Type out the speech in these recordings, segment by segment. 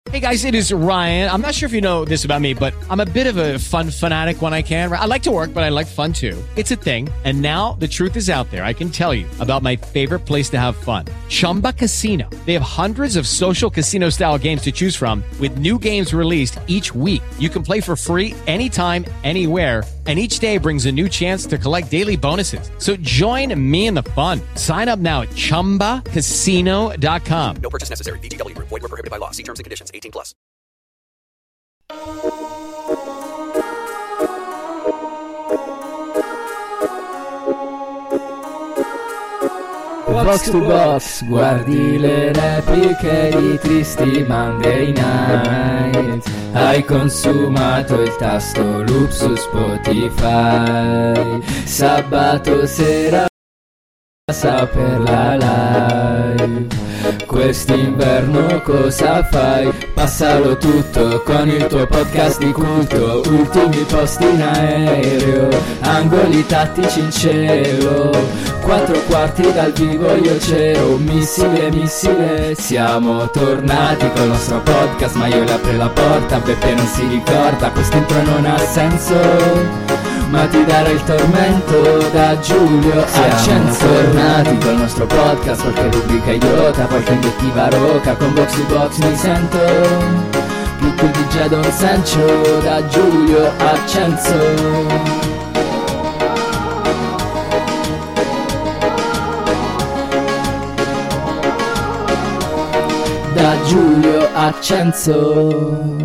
Hey guys, it is Ryan. I'm not sure if you know this about me, but I'm a bit of a fun fanatic when I can. I like to work, but I like fun too. It's a thing. And now the truth is out there. I can tell you about my favorite place to have fun. Chumba Casino. They have hundreds of social casino style games to choose from with new games released each week. You can play for free anytime, anywhere. And each day brings a new chance to collect daily bonuses. So join me in the fun. Sign up now at ChumbaCasino.com. No purchase necessary. VGW. Void where prohibited by law. See terms and conditions. 18+. Box to Box, guardi le repliche di tristi Monday Night. Hai consumato il tasto loop su Spotify. Sabato sera per la live. Quest'inverno cosa fai? Passalo tutto con il tuo podcast di culto. Ultimi posti in aereo, angoli tattici in cielo. 4 quarti dal vivo io c'ero. Missile, siamo tornati col nostro podcast. Ma io le apro la porta, Beppe non si ricorda. Quest'intro non ha senso, ma ti darà il tormento da Giulio Siamo tornati col nostro podcast, qualche rubrica idiota, qualche invettiva roca. Con Box to Box mi sento più cool di Jadon Sancho da Giulio Accenzo. Da Giulio Accenzo.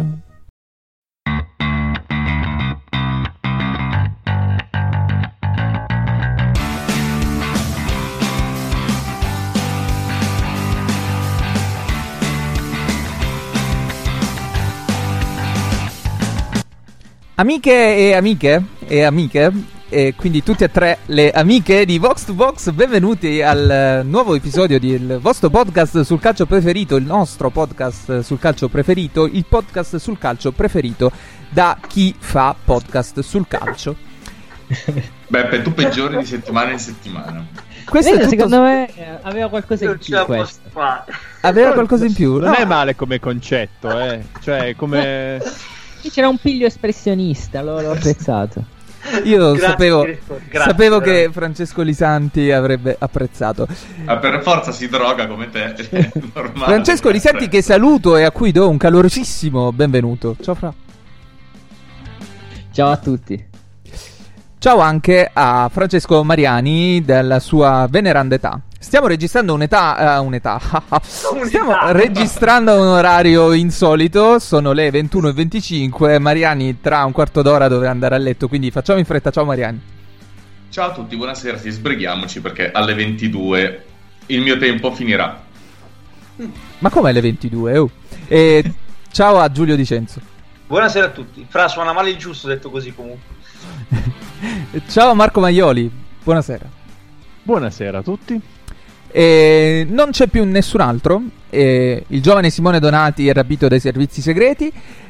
Amiche e amiche, e quindi tutte e tre le amiche di Vox to Box, benvenuti al nuovo episodio del vostro podcast sul calcio preferito, il nostro podcast sul calcio preferito, il podcast sul calcio preferito da chi fa podcast sul calcio. Beppe, tu peggiori di settimana in settimana. Questo è tutto... Secondo me aveva qualcosa in più questo. Aveva qualcosa in più. Non è male come concetto, cioè come... C'era un piglio espressionista, l'ho apprezzato. Io sapevo che Francesco Lisanti avrebbe apprezzato. Per forza si droga come te. È normale. Francesco Lisanti, che saluto e a cui do un calorosissimo benvenuto. Ciao Fra. Ciao a tutti. Ciao anche a Francesco Mariani della sua veneranda età. Stiamo registrando Stiamo registrando un orario insolito. Sono le 21:25. Mariani tra un quarto d'ora dovrà andare a letto, quindi facciamo in fretta. Ciao Mariani. Ciao a tutti, buonasera. Sì, sbrighiamoci perché alle 22 il mio tempo finirà. Ma come alle 22? Ciao a Giulio Dicenzo. Buonasera a tutti. Fra, suona male il giusto detto così comunque. Ciao Marco Maioli. Buonasera. Buonasera a tutti. Non c'è più nessun altro. Il giovane Simone Donati è rapito dai servizi segreti.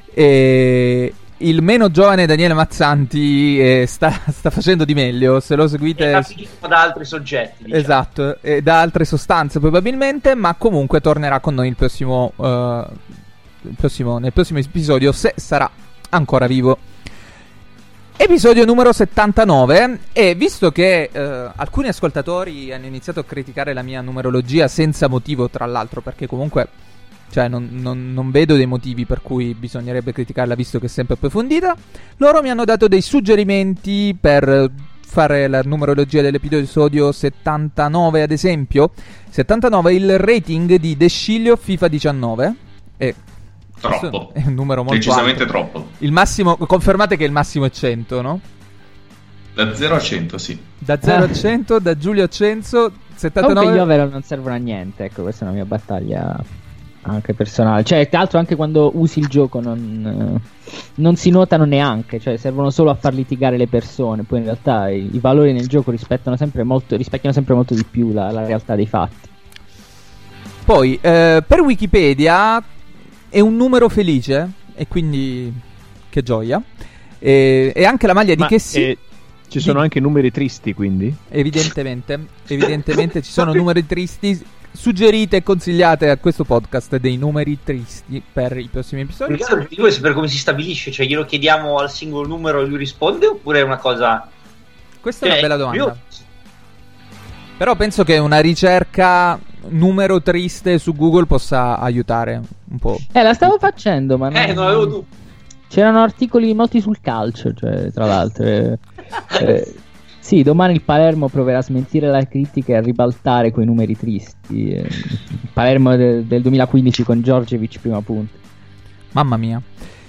Il meno giovane Daniele Mazzanti sta facendo di meglio. Se lo seguite, è da altri soggetti, diciamo. Esatto, da altre sostanze probabilmente. Ma comunque tornerà con noi nel prossimo episodio, se sarà ancora vivo. Episodio numero 79. E visto che alcuni ascoltatori hanno iniziato a criticare la mia numerologia senza motivo, tra l'altro, perché comunque non vedo dei motivi per cui bisognerebbe criticarla, visto che è sempre approfondita, loro mi hanno dato dei suggerimenti per fare la numerologia dell'episodio 79. Ad esempio 79 è il rating di Desciglio FIFA 19 e troppo. È un numero molto decisamente alto. Troppo. Il massimo, confermate che il massimo è 100, no? Da 0 a 100, sì. Da 0 a 100, da Giulio a 100, 79. Comunque gli over non servono a niente, ecco, questa è una mia battaglia anche personale. Cioè, tra l'altro, anche quando usi il gioco non si notano neanche, cioè servono solo a far litigare le persone. Poi in realtà i valori nel gioco rispecchiano sempre molto di più la realtà dei fatti. Poi, per Wikipedia è un numero felice, e quindi che gioia. E anche la maglia di che sì. Ci sono anche numeri tristi, quindi? Evidentemente ci sono numeri tristi. suggerite e consigliate a questo podcast dei numeri tristi per i prossimi episodi? Riccardo, io voglio sapere come si stabilisce, cioè glielo chiediamo al singolo numero e lui risponde, oppure è una cosa... Questa è una bella domanda. Però penso che una ricerca numero triste su Google possa aiutare un po'. La stavo facendo, ma non avevo dubbi. C'erano articoli molti sul calcio, cioè, tra l'altro. Sì, domani il Palermo proverà a smentire la critica e a ribaltare quei numeri tristi. Il Palermo del 2015 con Djordjevic prima punta. Mamma mia.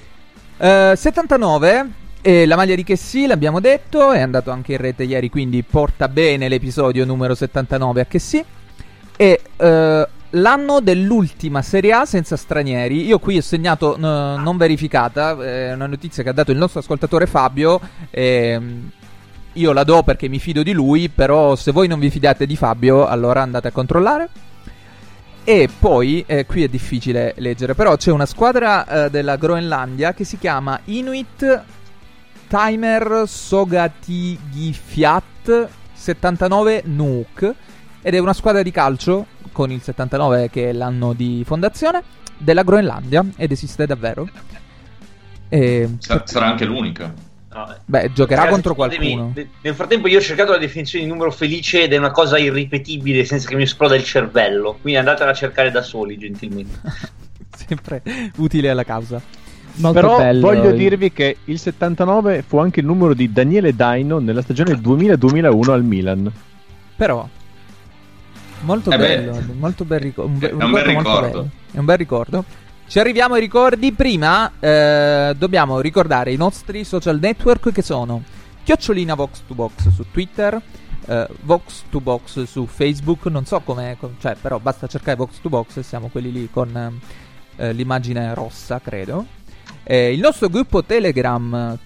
79, la maglia di Che sì, l'abbiamo detto, è andato anche in rete ieri, quindi porta bene l'episodio numero 79 a Che sì. E l'anno dell'ultima Serie A senza stranieri. Io qui ho segnato non verificata, una notizia che ha dato il nostro ascoltatore Fabio. Io la do perché mi fido di lui, però se voi non vi fidate di Fabio, allora andate a controllare. E poi, qui è difficile leggere, però c'è una squadra della Groenlandia che si chiama Inuit Timer Sogatigifjat 79 Nuuk, ed è una squadra di calcio con il 79 che è l'anno di fondazione della Groenlandia, ed esiste davvero. Sarà anche l'unica. Beh, giocherà contro qualcuno. Nel frattempo io ho cercato la definizione di numero felice ed è una cosa irripetibile senza che mi esploda il cervello, quindi andatela a cercare da soli, gentilmente. Sempre utile alla causa. Molto Però bello. voglio dirvi che il 79 fu anche il numero di Daniele Daino nella stagione 2000-2001 al Milan. Però molto bello, molto bel ricordo. È un bel ricordo. È un bel ricordo. Ci arriviamo ai ricordi. Prima dobbiamo ricordare i nostri social network, che sono @ Vox2Box su Twitter, Vox2Box su Facebook. Non so come, cioè, però basta cercare Vox2Box e siamo quelli lì con l'immagine rossa, credo. Il nostro gruppo Telegram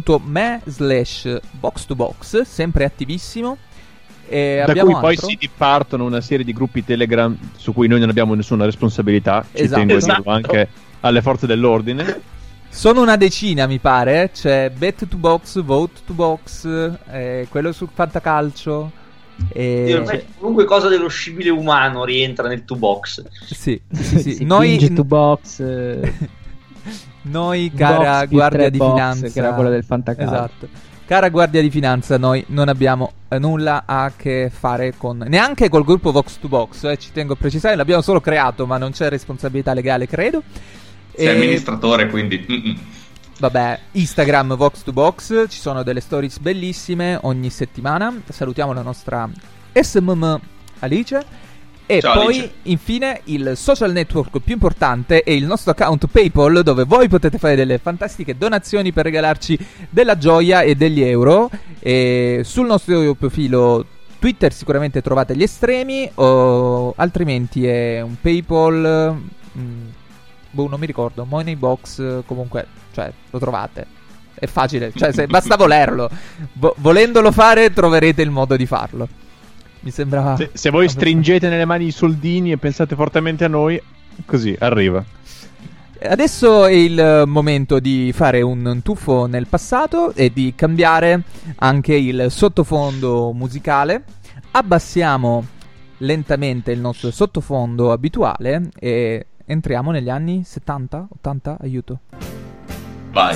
t.me/Vox2Box, sempre attivissimo. Da cui poi si dipartono una serie di gruppi Telegram su cui noi non abbiamo nessuna responsabilità. Ci tengo a dirlo anche alle forze dell'ordine. Sono una decina, mi pare. C'è Bet2Box, Vote2Box, quello sul fantacalcio. Qualunque cosa dello scibile umano rientra nel 2box. Sì. Noi 2box. Noi, cara guardia di finanza, che era quella del fantacalcio. Esatto. Cara guardia di finanza, noi non abbiamo nulla a che fare con, neanche col gruppo Vox2Box, ci tengo a precisare, l'abbiamo solo creato, ma non c'è responsabilità legale, credo. Sei amministratore, quindi vabbè, Instagram Vox2Box, ci sono delle stories bellissime ogni settimana. Salutiamo la nostra SMM Alice. E ciao, poi Alice. Infine il social network più importante è il nostro account PayPal, dove voi potete fare delle fantastiche donazioni per regalarci della gioia e degli euro. E sul nostro profilo Twitter sicuramente trovate gli estremi, o altrimenti è un PayPal, non mi ricordo, Moneybox, comunque, cioè lo trovate. È facile, cioè basta volerlo. Volendolo fare troverete il modo di farlo. Mi sembra. Se voi stringete nelle mani i soldini e pensate fortemente a noi, così arriva. Adesso è il momento di fare un tuffo nel passato e di cambiare anche il sottofondo musicale. Abbassiamo lentamente il nostro sottofondo abituale e entriamo negli anni 70, 80, aiuto. Vai.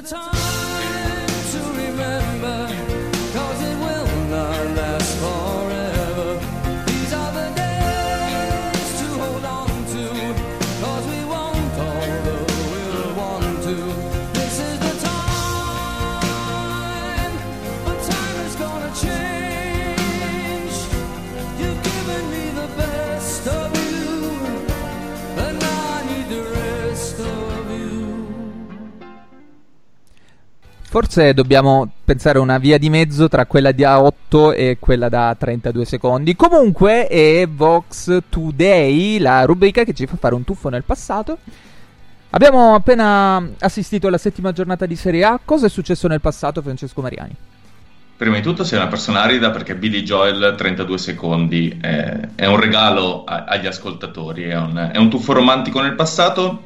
Forse dobbiamo pensare a una via di mezzo tra quella da 8 e quella da 32 secondi. Comunque è Vox Today, la rubrica che ci fa fare un tuffo nel passato. Abbiamo appena assistito alla settima giornata di Serie A. Cosa è successo nel passato, Francesco Mariani? Prima di tutto sei una persona arida, perché Billy Joel 32 secondi è un regalo agli ascoltatori, è un tuffo romantico nel passato.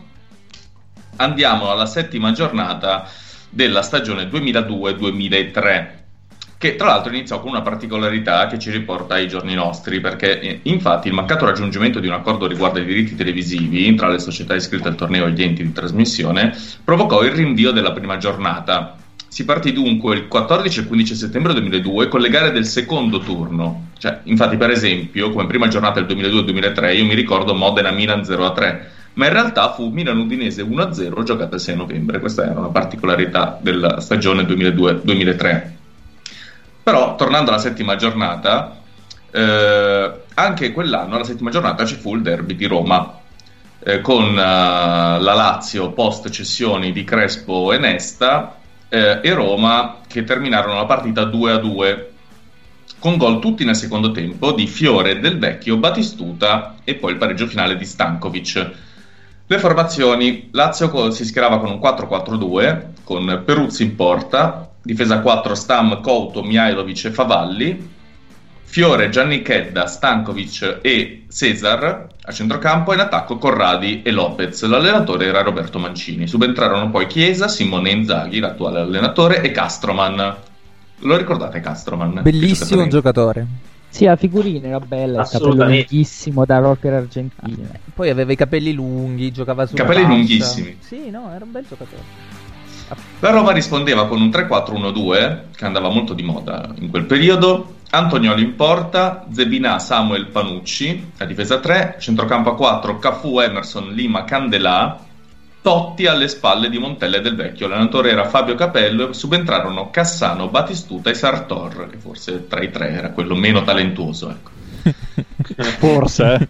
Andiamo alla settima giornata della stagione 2002-2003. che tra l'altro iniziò con una particolarità che ci riporta ai giorni nostri, perché infatti il mancato raggiungimento di un accordo riguardo ai diritti televisivi tra le società iscritte al torneo e gli enti di trasmissione provocò il rinvio della prima giornata. Si partì dunque il 14 e 15 settembre 2002 con le gare del secondo turno. Cioè, infatti, per esempio, come prima giornata del 2002-2003 io mi ricordo Modena-Milan 0-3, ma in realtà fu Milan-Udinese 1-0 giocata il 6 novembre. Questa era una particolarità della stagione 2002-2003. Però, tornando alla settima giornata, anche quell'anno alla settima giornata ci fu il derby di Roma, con la Lazio post cessioni di Crespo e Nesta, e Roma che terminarono la partita 2-2 con gol tutti nel secondo tempo di Fiore, Del Vecchio, Batistuta e poi il pareggio finale di Stankovic. Le formazioni: Lazio si schierava con un 4-4-2 con Peruzzi in porta, difesa 4 Stam, Couto, Mihailovic e Favalli, Fiore, Giannichedda, Stankovic e Cesar a centrocampo, e in attacco Corradi e Lopez. L'allenatore era Roberto Mancini. Subentrarono poi Chiesa, Simone Inzaghi, l'attuale allenatore, e Castroman. Lo ricordate Castroman? Bellissimo giocatore. Sì, la figurina era bella, il capello lunghissimo da rocker argentino. Poi aveva i capelli lunghi, giocava sulla capelli fascia. Lunghissimi. Sì, no, era un bel giocatore. La Roma rispondeva con un 3-4-1-2 che andava molto di moda in quel periodo. Antonioli in porta, Zebinà, Samuel, Panucci a difesa 3, centrocampo a 4 Cafu, Emerson, Lima, Candelà, Totti alle spalle di Montella e Del Vecchio. L'allenatore era Fabio Capello e subentrarono Cassano, Batistuta e Sartor, che forse tra i tre era quello meno talentuoso, ecco. Forse.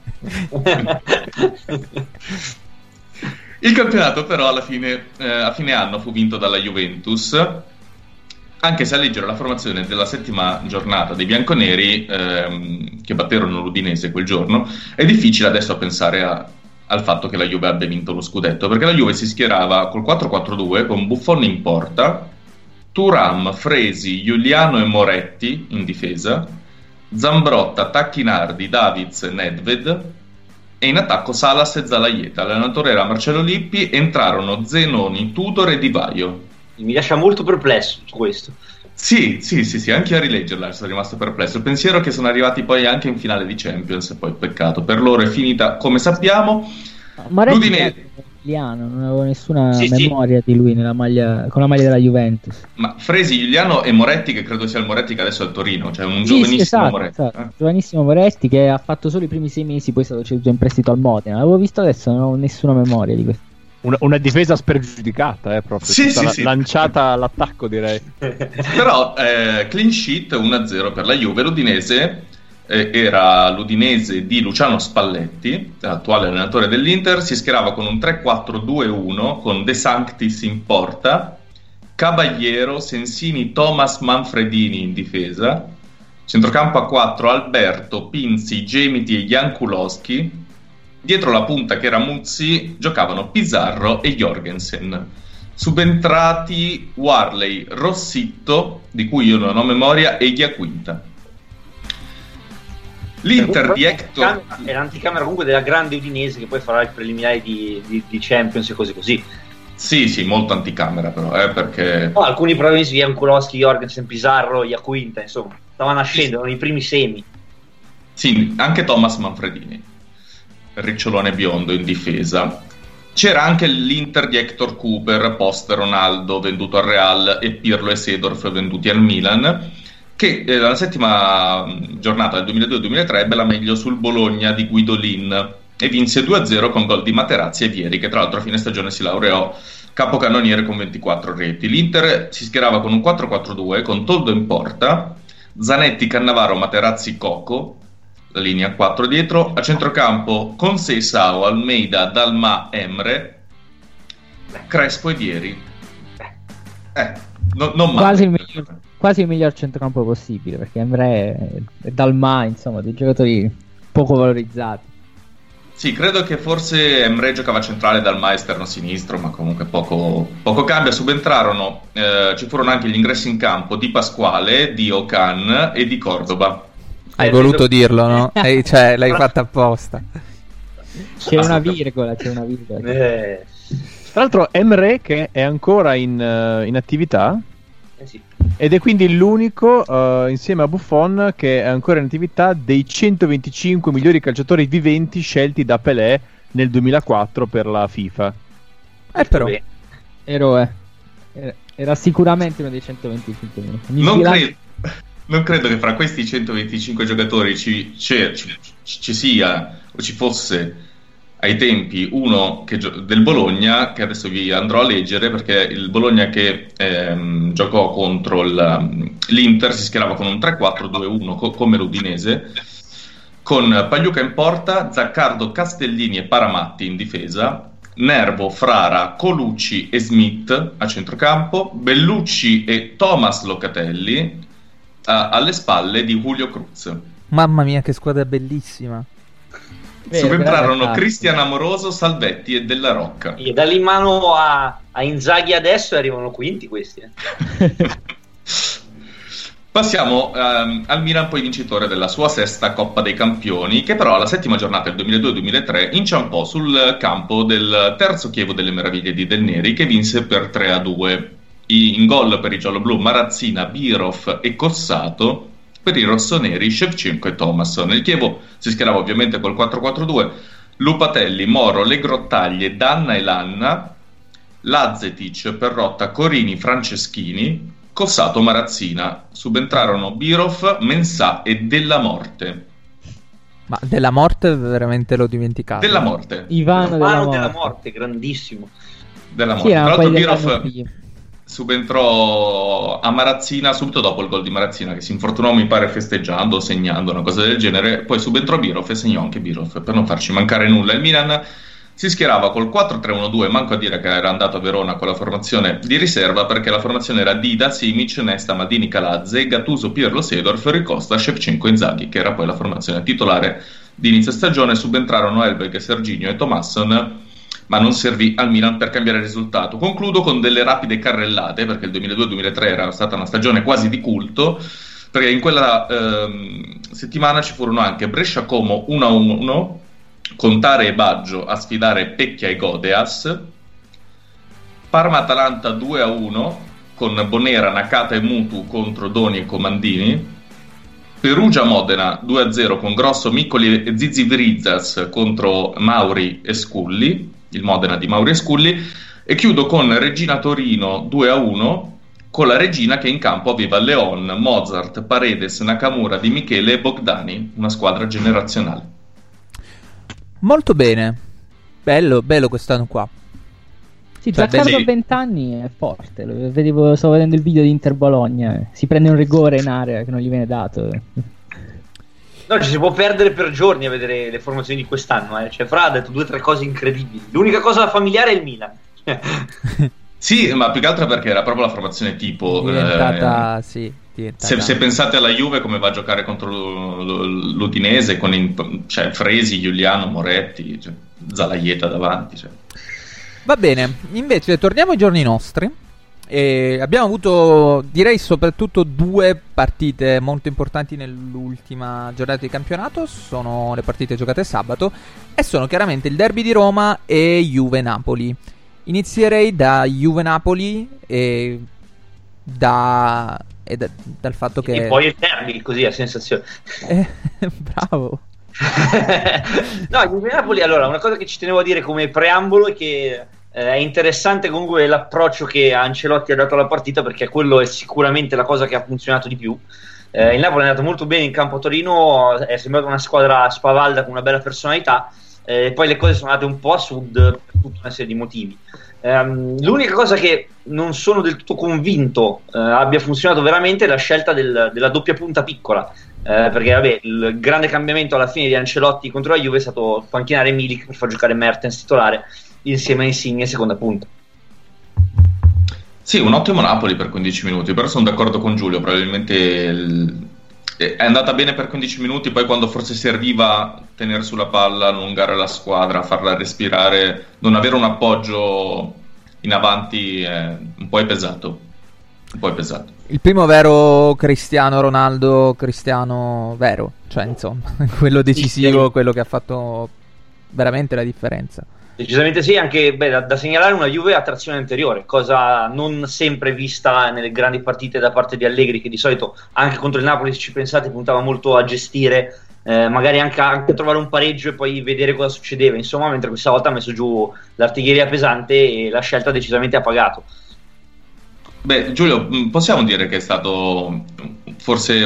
Il campionato però alla fine, a fine anno fu vinto dalla Juventus, anche se a leggere la formazione della settima giornata dei bianconeri, che batterono l'Udinese quel giorno, è difficile adesso pensare al fatto che la Juve abbia vinto lo scudetto, perché la Juve si schierava col 4-4-2 con Buffon in porta, Thuram, Fresi, Giuliano e Moretti in difesa, Zambrotta, Tacchinardi, Davids e Nedved, e in attacco Salas e Zalaieta. L'allenatore era Marcello Lippi. Entrarono Zenoni, Tudor e Di Vaio. Mi lascia molto perplesso su questo. Sì, anche a rileggerla sono rimasto perplesso. Il pensiero che sono arrivati poi anche in finale di Champions, poi peccato. Per loro è finita come sappiamo. L'Udinese non avevo nessuna memoria di lui nella maglia, con la maglia della Juventus. Ma Fresi, Giuliano e Moretti, che credo sia il Moretti che adesso è al Torino, cioè un giovanissimo esatto, Moretti. Esatto. Giovanissimo Moretti che ha fatto solo i primi 6 mesi, poi è stato ceduto in prestito al Modena. L'avevo visto adesso, non ho nessuna memoria di questo. Una difesa spregiudicata, proprio sì. lanciata all'attacco, direi. Però clean sheet 1-0 per la Juve. L'Udinese era l'Udinese di Luciano Spalletti, attuale allenatore dell'Inter. Si schierava con un 3-4-2-1 con De Sanctis in porta, Caballero, Sensini, Thomas, Manfredini in difesa, centrocampo a 4 Alberto, Pinzi, Gemiti e Jankulowski. Dietro la punta, che era Muzzi, giocavano Pizarro e Jorgensen. Subentrati Warley, Rossitto, di cui io non ho memoria, e Iaquinta. L'Inter di Hector è l'anticamera comunque della grande Udinese, che poi farà i preliminari di Champions e cose così. Sì, molto anticamera però, perché alcuni protagonisti, Jankulowski, Jorgensen, Pizarro, Iaquinta, insomma, stavano nascendo, erano i primi semi. Sì, anche Thomas Manfredini, ricciolone biondo in difesa. C'era anche l'Inter di Hector Cooper, post Ronaldo venduto al Real e Pirlo e Seedorf venduti al Milan, che la settima giornata del 2002-2003 ebbe la meglio sul Bologna di Guidolin e vinse 2-0 con gol di Materazzi e Vieri, che tra l'altro a fine stagione si laureò capocannoniere con 24 reti. L'Inter si schierava con un 4-4-2 con Toldo in porta, Zanetti, Cannavaro, Materazzi, Coco, la linea 4 dietro, a centrocampo con Seisao, Almeida, Dalmà, Emre, Crespo e Vieri. Non male. Quasi il miglior centrocampo possibile, perché Emre e Dalmà, insomma, dei giocatori poco valorizzati. Sì, credo che forse Emre giocava centrale, Dalmà esterno sinistro, ma comunque poco cambia. Subentrarono, ci furono anche gli ingressi in campo di Pasquale, di Ocan e di Cordoba. Hai voluto dirlo, no? Cioè, l'hai fatta apposta. C'è una virgola. Tra l'altro Emre che è ancora in attività. Sì. ed è quindi l'unico insieme a Buffon che è ancora in attività dei 125 migliori calciatori viventi scelti da Pelé nel 2004 per la FIFA. Però eroe. Era sicuramente uno dei 125 milioni. Non credo che fra questi 125 giocatori ci sia o ci fosse ai tempi uno del Bologna, che adesso vi andrò a leggere, perché il Bologna che giocò contro l'Inter si schierava con un 3-4-2-1 come l'Udinese, con Pagliuca in porta, Zaccardo, Castellini e Paramatti in difesa, Nervo, Frara, Colucci e Smith a centrocampo, Bellucci e Thomas Locatelli alle spalle di Julio Cruz. Mamma mia, che squadra bellissima. Subentrarono Cristian Amoroso, Salvetti e Della Rocca. E da lì in mano a Inzaghi adesso arrivano quinti questi. Passiamo al Milan, poi vincitore della sua sesta Coppa dei Campioni, che però alla settima giornata del 2002-2003 inciampò sul campo del terzo Chievo delle Meraviglie di Del Neri, che vinse per 3-2. In gol per i gialloblu Marazzina, Birov e Cossato, per i rossoneri Shevchenko e Thomas. Nel Chievo si schierava ovviamente col 4-4-2, Lupatelli, Moro, Le Grottaglie, Danna e Lanna, Lazetic, Perrotta, Corini, Franceschini, Cossato, Marazzina. Subentrarono Birov, Mensah e Della Morte. Ma Della Morte veramente l'ho dimenticato. Della Morte. Ivano Della Morte, grandissimo. Della Morte. Tra l'altro Birov subentrò a Marazzina subito dopo il gol di Marazzina, che si infortunò mi pare festeggiando o segnando, una cosa del genere. Poi subentrò Birov e segnò anche Birov per non farci mancare nulla. Il Milan si schierava col 4-3-1-2, manco a dire che era andato a Verona con la formazione di riserva, perché la formazione era Dida, Simic, Nesta, Madini, Calazze, Gattuso, Pirlo, Seedorf, Ricosta, Shevchenko e Inzaghi, che era poi la formazione titolare di inizio stagione. Subentrarono Elberg, Serginho e Thomasson, ma non servì al Milan per cambiare risultato. Concludo con delle rapide carrellate, perché il 2002-2003 era stata una stagione quasi di culto, perché in quella settimana ci furono anche Brescia-Como 1-1, con Tare e Baggio a sfidare Pecchia e Godeas, Parma-Atalanta 2-1 con Bonera, Nakata e Mutu contro Doni e Comandini, Perugia-Modena 2-0 con Grosso, Miccoli e Zizi Vrizzas contro Mauri e Sculli, il Modena di Mauri e Sculli, e chiudo con Regina-Torino 2-1 con la Regina che in campo aveva Leon, Mozart, Paredes, Nakamura, Di Michele e Bogdani, una squadra generazionale. Molto bene, bello quest'anno qua. Sì, Zaccardo a 20 anni è forte. Stavo vedendo il video di Inter Bologna. Si prende un rigore in area che non gli viene dato. No, ci si può perdere per giorni a vedere le formazioni di quest'anno. Cioè, Fra ha detto 2 o 3 cose incredibili. L'unica cosa familiare è il Milan. Sì, ma più che altro perché era proprio la formazione tipo. Diventata, sì. Se pensate alla Juve come va a giocare contro l'Udinese con Fresi, Giuliano, Moretti, Zalaieta davanti. Va bene, invece torniamo ai giorni nostri. Abbiamo avuto, direi, soprattutto 2 partite molto importanti nell'ultima giornata di campionato. Sono le partite giocate sabato e sono chiaramente il derby di Roma e Juve-Napoli. Inizierei da Juve-Napoli e dal fatto che... E poi il derby, così a sensazione. Bravo. No, Juve-Napoli, allora, una cosa che ci tenevo a dire come preambolo è che è interessante comunque l'approccio che Ancelotti ha dato alla partita, perché quello è sicuramente la cosa che ha funzionato di più. Il Napoli è andato molto bene in campo a Torino, è sembrata una squadra spavalda con una bella personalità, poi le cose sono andate un po' a sud per tutta una serie di motivi. L'unica cosa che non sono del tutto convinto abbia funzionato veramente è la scelta della doppia punta piccola, perché vabbè, il grande cambiamento alla fine di Ancelotti contro la Juve è stato panchinare Milik per far giocare Mertens titolare insieme a Insigne seconda punta. Sì, un ottimo Napoli per 15 minuti, però sono d'accordo con Giulio, probabilmente è andata bene per 15 minuti, poi quando forse serviva tenere sulla palla, allungare la squadra, farla respirare, non avere un appoggio in avanti un po' è pesato. Il primo vero Cristiano vero, cioè insomma, quello decisivo, quello che ha fatto veramente la differenza. Decisamente sì, anche da segnalare una Juve a trazione anteriore, cosa non sempre vista nelle grandi partite da parte di Allegri, che di solito anche contro il Napoli, se ci pensate, puntava molto a gestire, magari anche a trovare un pareggio e poi vedere cosa succedeva, insomma, mentre questa volta ha messo giù l'artiglieria pesante e la scelta decisamente ha pagato. Beh, Giulio, possiamo dire che è stato forse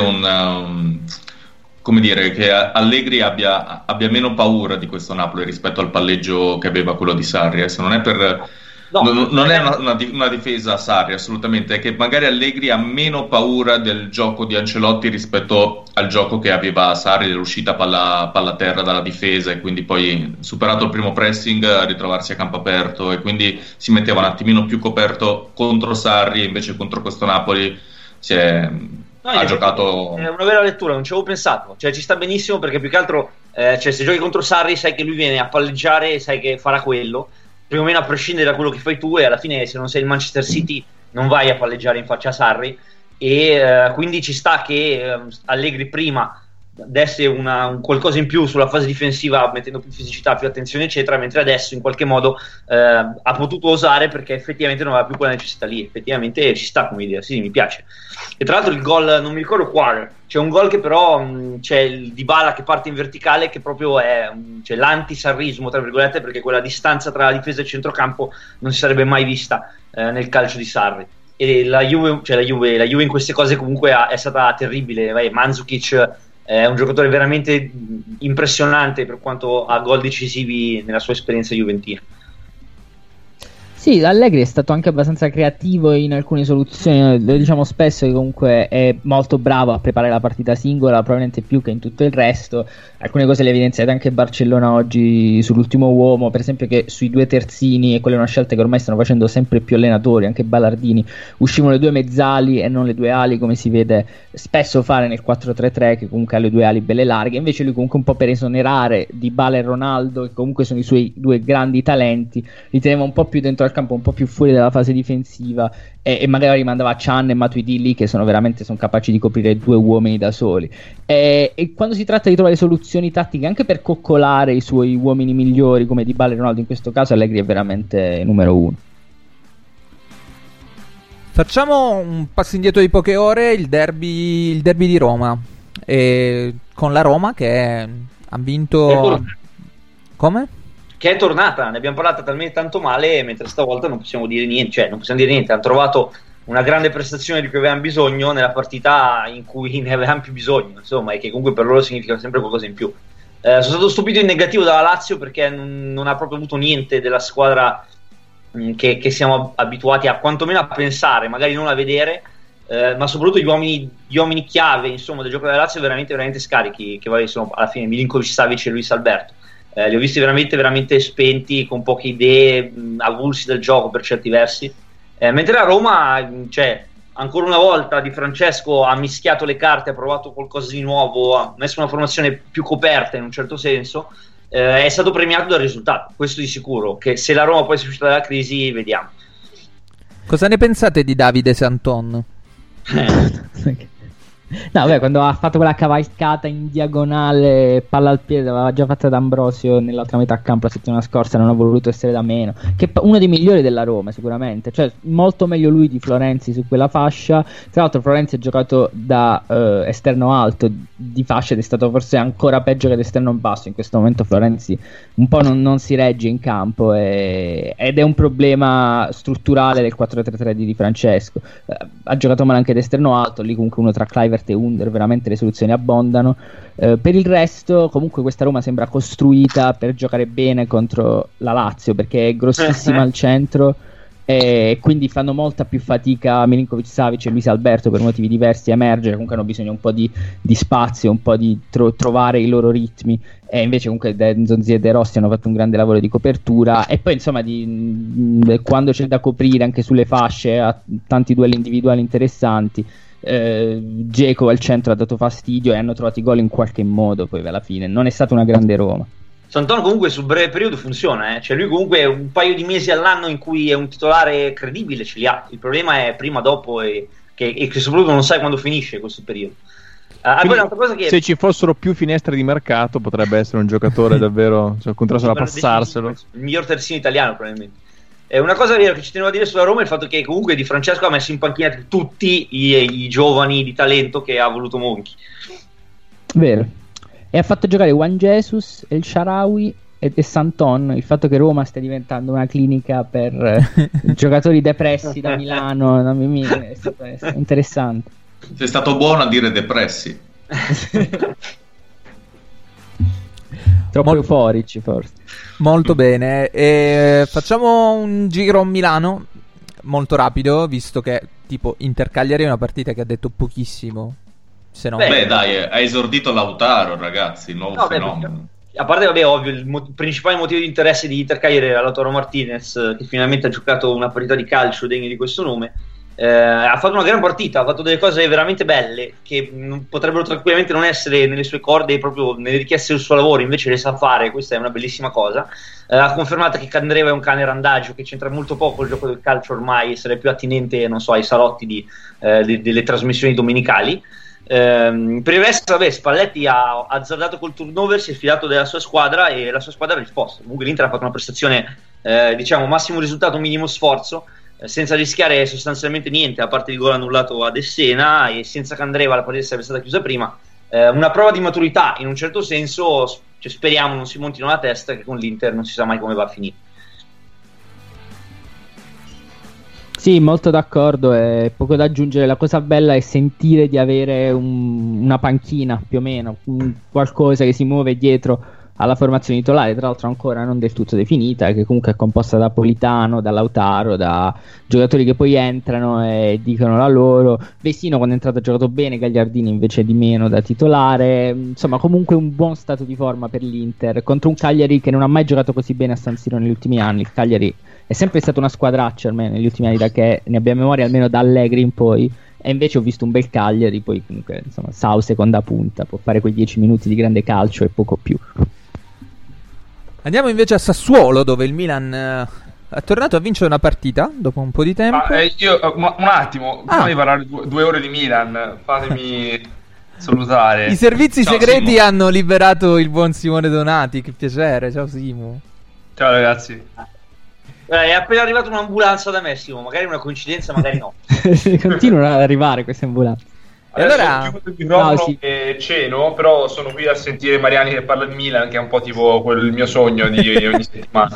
come dire, che Allegri abbia meno paura di questo Napoli rispetto al palleggio che aveva quello di Sarri. Adesso non è per... No, non è una difesa a Sarri, assolutamente, è che magari Allegri ha meno paura del gioco di Ancelotti rispetto al gioco che aveva Sarri, dell'uscita palla a terra dalla difesa, e quindi poi, superato il primo pressing, ritrovarsi a campo aperto, e quindi si metteva un attimino più coperto contro Sarri, e invece contro questo Napoli ha giocato... È una vera lettura, non ci avevo pensato, cioè ci sta benissimo, perché più che altro se giochi contro Sarri sai che lui viene a palleggiare e sai che farà quello, più o meno a prescindere da quello che fai tu, e alla fine, se non sei il Manchester City, non vai a palleggiare in faccia a Sarri, e quindi ci sta che Allegri prima desse un qualcosa in più sulla fase difensiva, mettendo più fisicità, più attenzione eccetera, mentre adesso in qualche modo ha potuto osare, perché effettivamente non aveva più quella necessità lì. Effettivamente ci sta come idea, sì, mi piace. E tra l'altro il gol, non mi ricordo quale, c'è un gol che però c'è il Dybala che parte in verticale, che proprio è l'anti-sarrismo tra virgolette, perché quella distanza tra la difesa e il centrocampo non si sarebbe mai vista nel calcio di Sarri. E la Juve in queste cose comunque è stata terribile. Mandzukic è un giocatore veramente impressionante per quanto ha gol decisivi nella sua esperienza juventina. Sì, Allegri è stato anche abbastanza creativo in alcune soluzioni, lo diciamo spesso che comunque è molto bravo a preparare la partita singola, probabilmente più che in tutto il resto. Alcune cose le ha evidenziate anche Barcellona oggi sull'ultimo uomo, per esempio che sui due terzini, e quella è una scelta che ormai stanno facendo sempre più allenatori, anche Ballardini, uscivano le due mezzali e non le due ali, come si vede spesso fare nel 4-3-3, che comunque ha le due ali belle larghe. Invece lui comunque un po' per esonerare Dybala e Ronaldo, che comunque sono i suoi due grandi talenti, li teneva un po' più dentro al campo, un po' più fuori dalla fase difensiva, e magari rimandava Can e Matuidi lì, che sono capaci di coprire due uomini da soli, e quando si tratta di trovare soluzioni tattiche anche per coccolare i suoi uomini migliori come Dybala e Ronaldo, in questo caso Allegri è veramente numero uno. Facciamo un passo indietro di poche ore, il derby di Roma, con la Roma che ha vinto... Come? Che è tornata, ne abbiamo parlato talmente tanto male, mentre stavolta non possiamo dire niente, hanno trovato una grande prestazione di cui avevano bisogno nella partita in cui ne avevano più bisogno, insomma, e che comunque per loro significa sempre qualcosa in più. Sono stato stupito in negativo dalla Lazio, perché non ha proprio avuto niente della squadra che siamo abituati a quantomeno a pensare, magari non a vedere, ma soprattutto gli uomini chiave, insomma, del gioco della Lazio veramente, veramente scarichi, che sono alla fine Milinkovic, Savic e Luis Alberto. Li ho visti veramente, veramente spenti, con poche idee, avulsi dal gioco per certi versi, mentre la Roma, ancora una volta Di Francesco ha mischiato le carte, ha provato qualcosa di nuovo, ha messo una formazione più coperta in un certo senso, è stato premiato dal risultato, questo di sicuro, che se la Roma poi si è uscita dalla crisi, vediamo. Cosa ne pensate di Davide Santon? No, beh, quando ha fatto quella cavalcata in diagonale, palla al piede, l'aveva già fatta D'Ambrosio nell'altra metà campo la settimana scorsa, non ha voluto essere da meno. Che è uno dei migliori della Roma, sicuramente, cioè molto meglio lui di Florenzi su quella fascia. Tra l'altro Florenzi ha giocato da esterno alto di fascia ed è stato forse ancora peggio che da esterno basso. In questo momento Florenzi un po' non si regge in campo, ed è un problema strutturale del 4-3-3 di Francesco. Ha giocato male anche da esterno alto, lì comunque uno tra Kluivert e Under veramente le soluzioni abbondano. Per il resto comunque questa Roma sembra costruita per giocare bene contro la Lazio, perché è grossissima al centro, e quindi fanno molta più fatica Milinkovic, Savic e Luis Alberto, per motivi diversi, a emergere. Comunque hanno bisogno un po' di spazio, un po' di trovare i loro ritmi, e invece comunque Nzonzi e De Rossi hanno fatto un grande lavoro di copertura, e poi insomma quando c'è da coprire anche sulle fasce, ha tanti duelli individuali interessanti. Dzeko al centro ha dato fastidio e hanno trovato i gol in qualche modo, poi alla fine non è stata una grande Roma. Santon comunque sul breve periodo funziona, cioè lui comunque un paio di mesi all'anno in cui è un titolare credibile ce li ha. Il problema è prima, dopo, e che soprattutto non sai quando finisce questo periodo. Poi un'altra cosa che se ci fossero più finestre di mercato potrebbe essere un giocatore davvero, cioè, contrasto da passarselo. Il miglior terzino italiano probabilmente. Una cosa vera che ci tenevo a dire sulla Roma è il fatto che comunque Di Francesco ha messo in panchina tutti i giovani di talento che ha voluto Monchi. Vero. E ha fatto giocare Juan Jesus, El Shaarawy e Santon. Il fatto che Roma stia diventando una clinica per giocatori depressi da Milano è stato interessante. Sei stato buono a dire depressi. Troppo euforici forse. Molto bene. Facciamo un giro a Milano molto rapido, visto che tipo Inter-Cagliari è una partita che ha detto pochissimo. Se no... Beh dai, ha esordito Lautaro, ragazzi, il nuovo fenomeno. A parte, vabbè, ovvio, il principale motivo di interesse di Inter-Cagliari era Lautaro Martinez, che finalmente ha giocato una partita di calcio degna di questo nome. Ha fatto una gran partita, ha fatto delle cose veramente belle che potrebbero tranquillamente non essere nelle sue corde, proprio nelle richieste del suo lavoro, invece le sa fare. Questa è una bellissima cosa. Ha confermato che Candreva è un cane randagio che c'entra molto poco il gioco del calcio ormai, essere più attinente, non so, ai salotti delle trasmissioni domenicali. Per il resto, vabbè, Spalletti ha azzardato col turnover, si è fidato della sua squadra e la sua squadra ha risposto. Comunque l'Inter ha fatto una prestazione, diciamo, massimo risultato, minimo sforzo, senza rischiare sostanzialmente niente, a parte il gol annullato ad Essena, e senza Candreva la partita sarebbe stata chiusa prima. Una prova di maturità in un certo senso, cioè, speriamo non si montino la testa, che con l'Inter non si sa mai come va a finire. Sì, molto d'accordo, è poco da aggiungere. La cosa bella è sentire di avere una panchina, più o meno, qualcosa che si muove dietro alla formazione titolare, tra l'altro ancora non del tutto definita, che comunque è composta da Politano, da Lautaro, da giocatori che poi entrano e dicono la loro. Vecino quando è entrato ha giocato bene, Gagliardini invece di meno da titolare. Insomma, comunque un buon stato di forma per l'Inter contro un Cagliari che non ha mai giocato così bene a San Siro negli ultimi anni. Il Cagliari è sempre stata una squadraccia almeno negli ultimi anni, da che ne abbiamo memoria, almeno da Allegri in poi. E invece ho visto un bel Cagliari, poi comunque insomma Sau seconda punta, può fare quei 10 minuti di grande calcio e poco più. Andiamo invece a Sassuolo, dove il Milan è tornato a vincere una partita dopo un po' di tempo. Un attimo, prima di parlare 2 ore di Milan, fatemi salutare. I servizi Ciao, segreti Simo. hanno liberato il buon Simone Donati, che piacere, ciao Simo. Ciao ragazzi. È appena arrivata un'ambulanza da me, Simo, magari una coincidenza, magari no. Continuano ad arrivare queste ambulanze. Adesso allora- chiudo il microfono No, sì. e ceno, però sono qui a sentire Mariani che parla di Milan, che è un po' tipo il mio sogno di ogni settimana.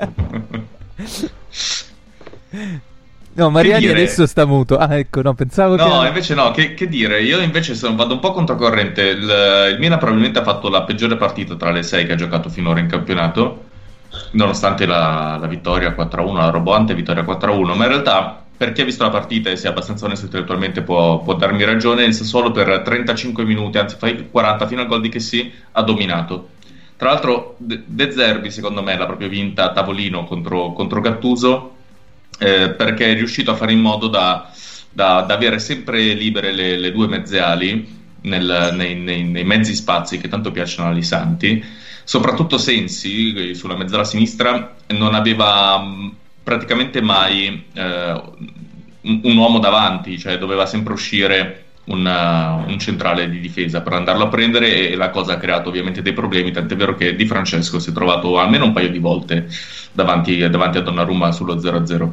No, Mariani Che dire? adesso sta muto. Ah, ecco, no, pensavo No, che... invece no, che dire, io invece vado un po' controcorrente. Il Milan probabilmente ha fatto la peggiore partita tra le 6 che ha giocato finora in campionato, nonostante la vittoria 4-1, la roboante vittoria 4-1, ma in realtà, per chi ha visto la partita e sia abbastanza onesto intellettualmente, può darmi ragione. Il Sassuolo per 35 minuti, anzi fai 40 fino al gol di Chessy, ha dominato. Tra l'altro De Zerbi secondo me l'ha proprio vinta a tavolino contro Gattuso, perché è riuscito a fare in modo da avere sempre libere le due mezze ali nei mezzi spazi che tanto piacciono agli Santi. Soprattutto Sensi sulla mezzala sinistra non aveva praticamente mai un uomo davanti, cioè doveva sempre uscire un centrale di difesa per andarlo a prendere, e la cosa ha creato ovviamente dei problemi, tant'è vero che Di Francesco si è trovato almeno un paio di volte davanti a Donnarumma sullo 0-0.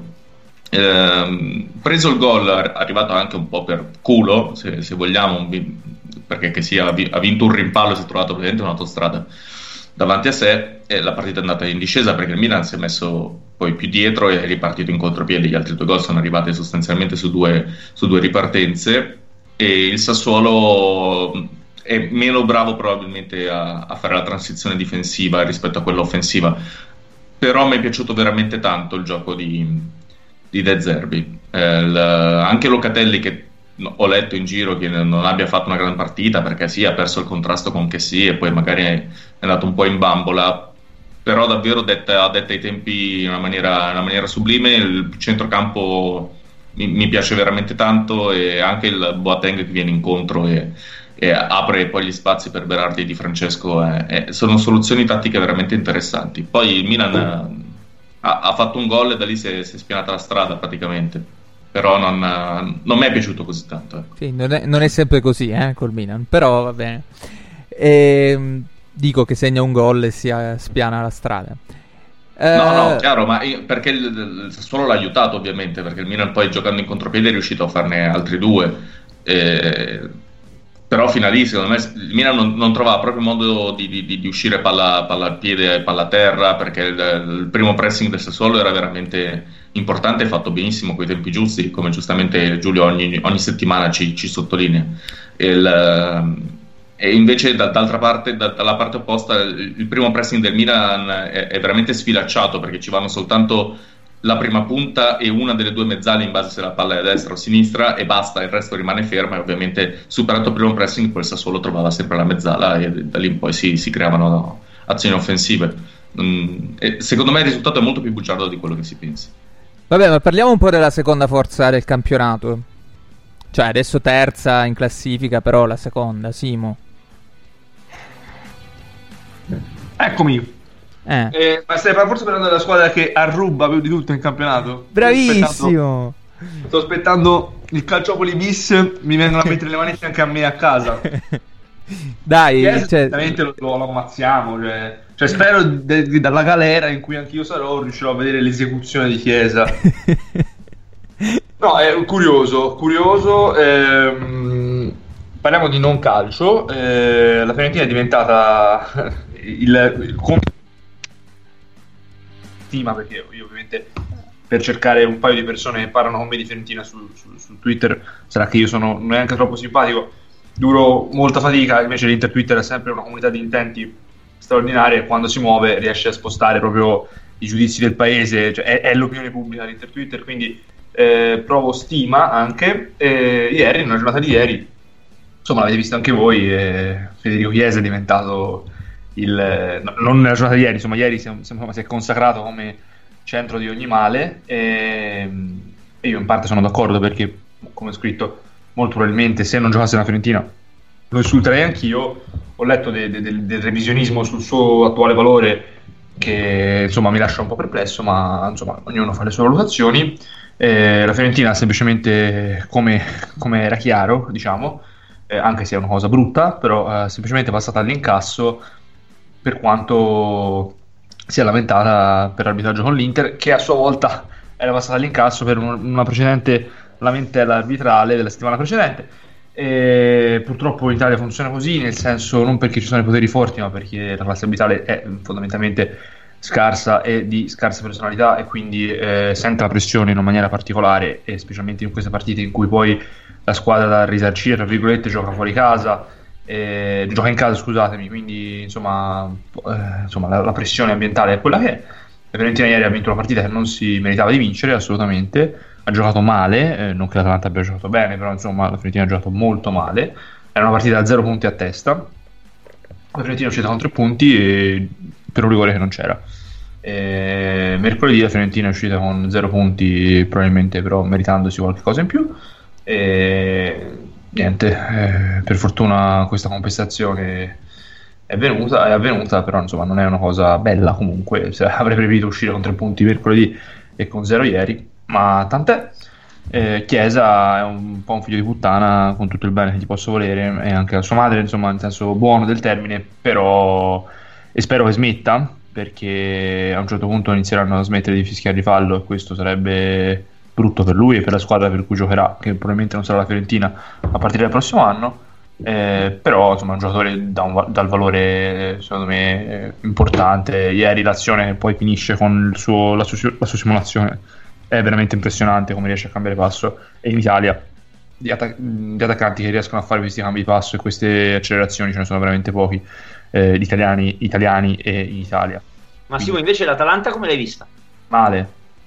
Preso il gol, arrivato anche un po' per culo, se vogliamo, perché che sia, ha vinto un rimpallo e si è trovato praticamente un'autostrada davanti a sé, e la partita è andata in discesa perché il Milan si è messo poi più dietro e è ripartito in contropiede. Gli altri 2 gol sono arrivati sostanzialmente su due ripartenze, e il Sassuolo è meno bravo probabilmente a fare la transizione difensiva rispetto a quella offensiva, però mi è piaciuto veramente tanto il gioco di De Zerbi. Anche Locatelli, che ho letto in giro che non abbia fatto una gran partita perché sì, ha perso il contrasto con Chessy e poi magari è andato un po' in bambola, però davvero detta ai tempi in una maniera sublime. Il centrocampo mi piace veramente tanto, e anche il Boateng che viene incontro e apre poi gli spazi per Berardi e Di Francesco, sono soluzioni tattiche veramente interessanti. Poi il Milan ha fatto un gol e da lì si è spianata la strada praticamente. però non mi è piaciuto così tanto. Ecco. Sì, non è sempre così col Milan, però va bene. Dico che segna un gol e si spiana la strada. No, chiaro, ma perché il Sassuolo l'ha aiutato ovviamente, perché il Milan poi giocando in contropiede è riuscito a farne altri 2, però fino a lì secondo me il Milan non trovava proprio modo di uscire palla al piede e palla a terra, perché il primo pressing del Sassuolo era veramente importante e fatto benissimo coi tempi giusti, come giustamente Giulio ogni settimana ci sottolinea. E invece dall'altra parte, dalla parte opposta, il primo pressing del Milan è veramente sfilacciato, perché ci vanno soltanto la prima punta e una delle 2 mezzali in base se la palla è a destra o a sinistra, e basta, il resto rimane fermo. E ovviamente superato il primo pressing poi il Sassuolo trovava sempre la mezzala e da lì in poi si creavano azioni offensive. E secondo me il risultato è molto più bugiardo di quello che si pensi. Vabbè, ma parliamo un po' della seconda forza del campionato. Cioè adesso terza in classifica, però la seconda, Simo. Eccomi. Ma stai forse parlando della squadra che arruba più di tutto in campionato? Bravissimo. Sto aspettando il Calciopoli bis, mi vengono a mettere le manette anche a me a casa. Dai, certamente lo ammazziamo, cioè spero dalla galera in cui anch'io sarò riuscirò a vedere l'esecuzione di Chiesa. No, è curioso. Parliamo di non calcio. La Fiorentina è diventata il stima, perché io ovviamente, per cercare un paio di persone che parlano con me di Fiorentina su Twitter, sarà che io sono neanche troppo simpatico, duro molta fatica. Invece l'Inter Twitter è sempre una comunità di intenti straordinaria, e quando si muove riesce a spostare proprio i giudizi del paese, cioè è l'opinione pubblica l'Inter Twitter, quindi provo stima anche. Ieri, nella giornata di ieri, insomma l'avete visto anche voi, Federico Chiesa è diventato non nella giornata di ieri, insomma ieri si è consacrato come centro di ogni male, e io in parte sono d'accordo, perché come ho scritto molto probabilmente se non giocasse la Fiorentina lo insulterei anch'io. Ho letto del revisionismo sul suo attuale valore che insomma mi lascia un po' perplesso, ma insomma ognuno fa le sue valutazioni. La Fiorentina semplicemente, come era chiaro, diciamo, anche se è una cosa brutta, però semplicemente passata all'incasso, per quanto si è lamentata per l'arbitraggio con l'Inter, che a sua volta era passata all'incasso per una precedente lamentela arbitrale della settimana precedente. E purtroppo in Italia funziona così, nel senso, non perché ci sono i poteri forti, ma perché la classe arbitrale è fondamentalmente scarsa e di scarsa personalità, e quindi sente la pressione in una maniera particolare, e specialmente in queste partite in cui poi la squadra da risarcire, tra virgolette, gioca fuori casa, gioca in casa, scusatemi, quindi insomma la pressione ambientale è quella che è. La Fiorentina ieri ha vinto una partita che non si meritava di vincere assolutamente, ha giocato male, non che l'Atalanta abbia giocato bene, però insomma la Fiorentina ha giocato molto male, era una partita da 0 punti a testa, la Fiorentina è uscita con 3 punti per un rigore che non c'era. Mercoledì la Fiorentina è uscita con 0 punti, probabilmente però meritandosi qualche cosa in più, niente, per fortuna questa compensazione è avvenuta, però insomma non è una cosa bella. Comunque avrei preferito uscire con 3 punti mercoledì e con 0 ieri, ma tant'è. Chiesa è un po' un figlio di puttana, con tutto il bene che gli posso volere, e anche la sua madre, insomma, in senso buono del termine, però, e spero che smetta, perché a un certo punto inizieranno a smettere di fischiare di fallo, e questo sarebbe brutto per lui e per la squadra per cui giocherà, che probabilmente non sarà la Fiorentina a partire dal prossimo anno. Però insomma è un giocatore dal valore secondo me importante. Ieri l'azione poi finisce con la sua simulazione, è veramente impressionante come riesce a cambiare passo, e in Italia di attaccanti che riescono a fare questi cambi di passo e queste accelerazioni ce ne sono veramente pochi, italiani e in Italia. Ma Simo, invece l'Atalanta come l'hai vista? Male,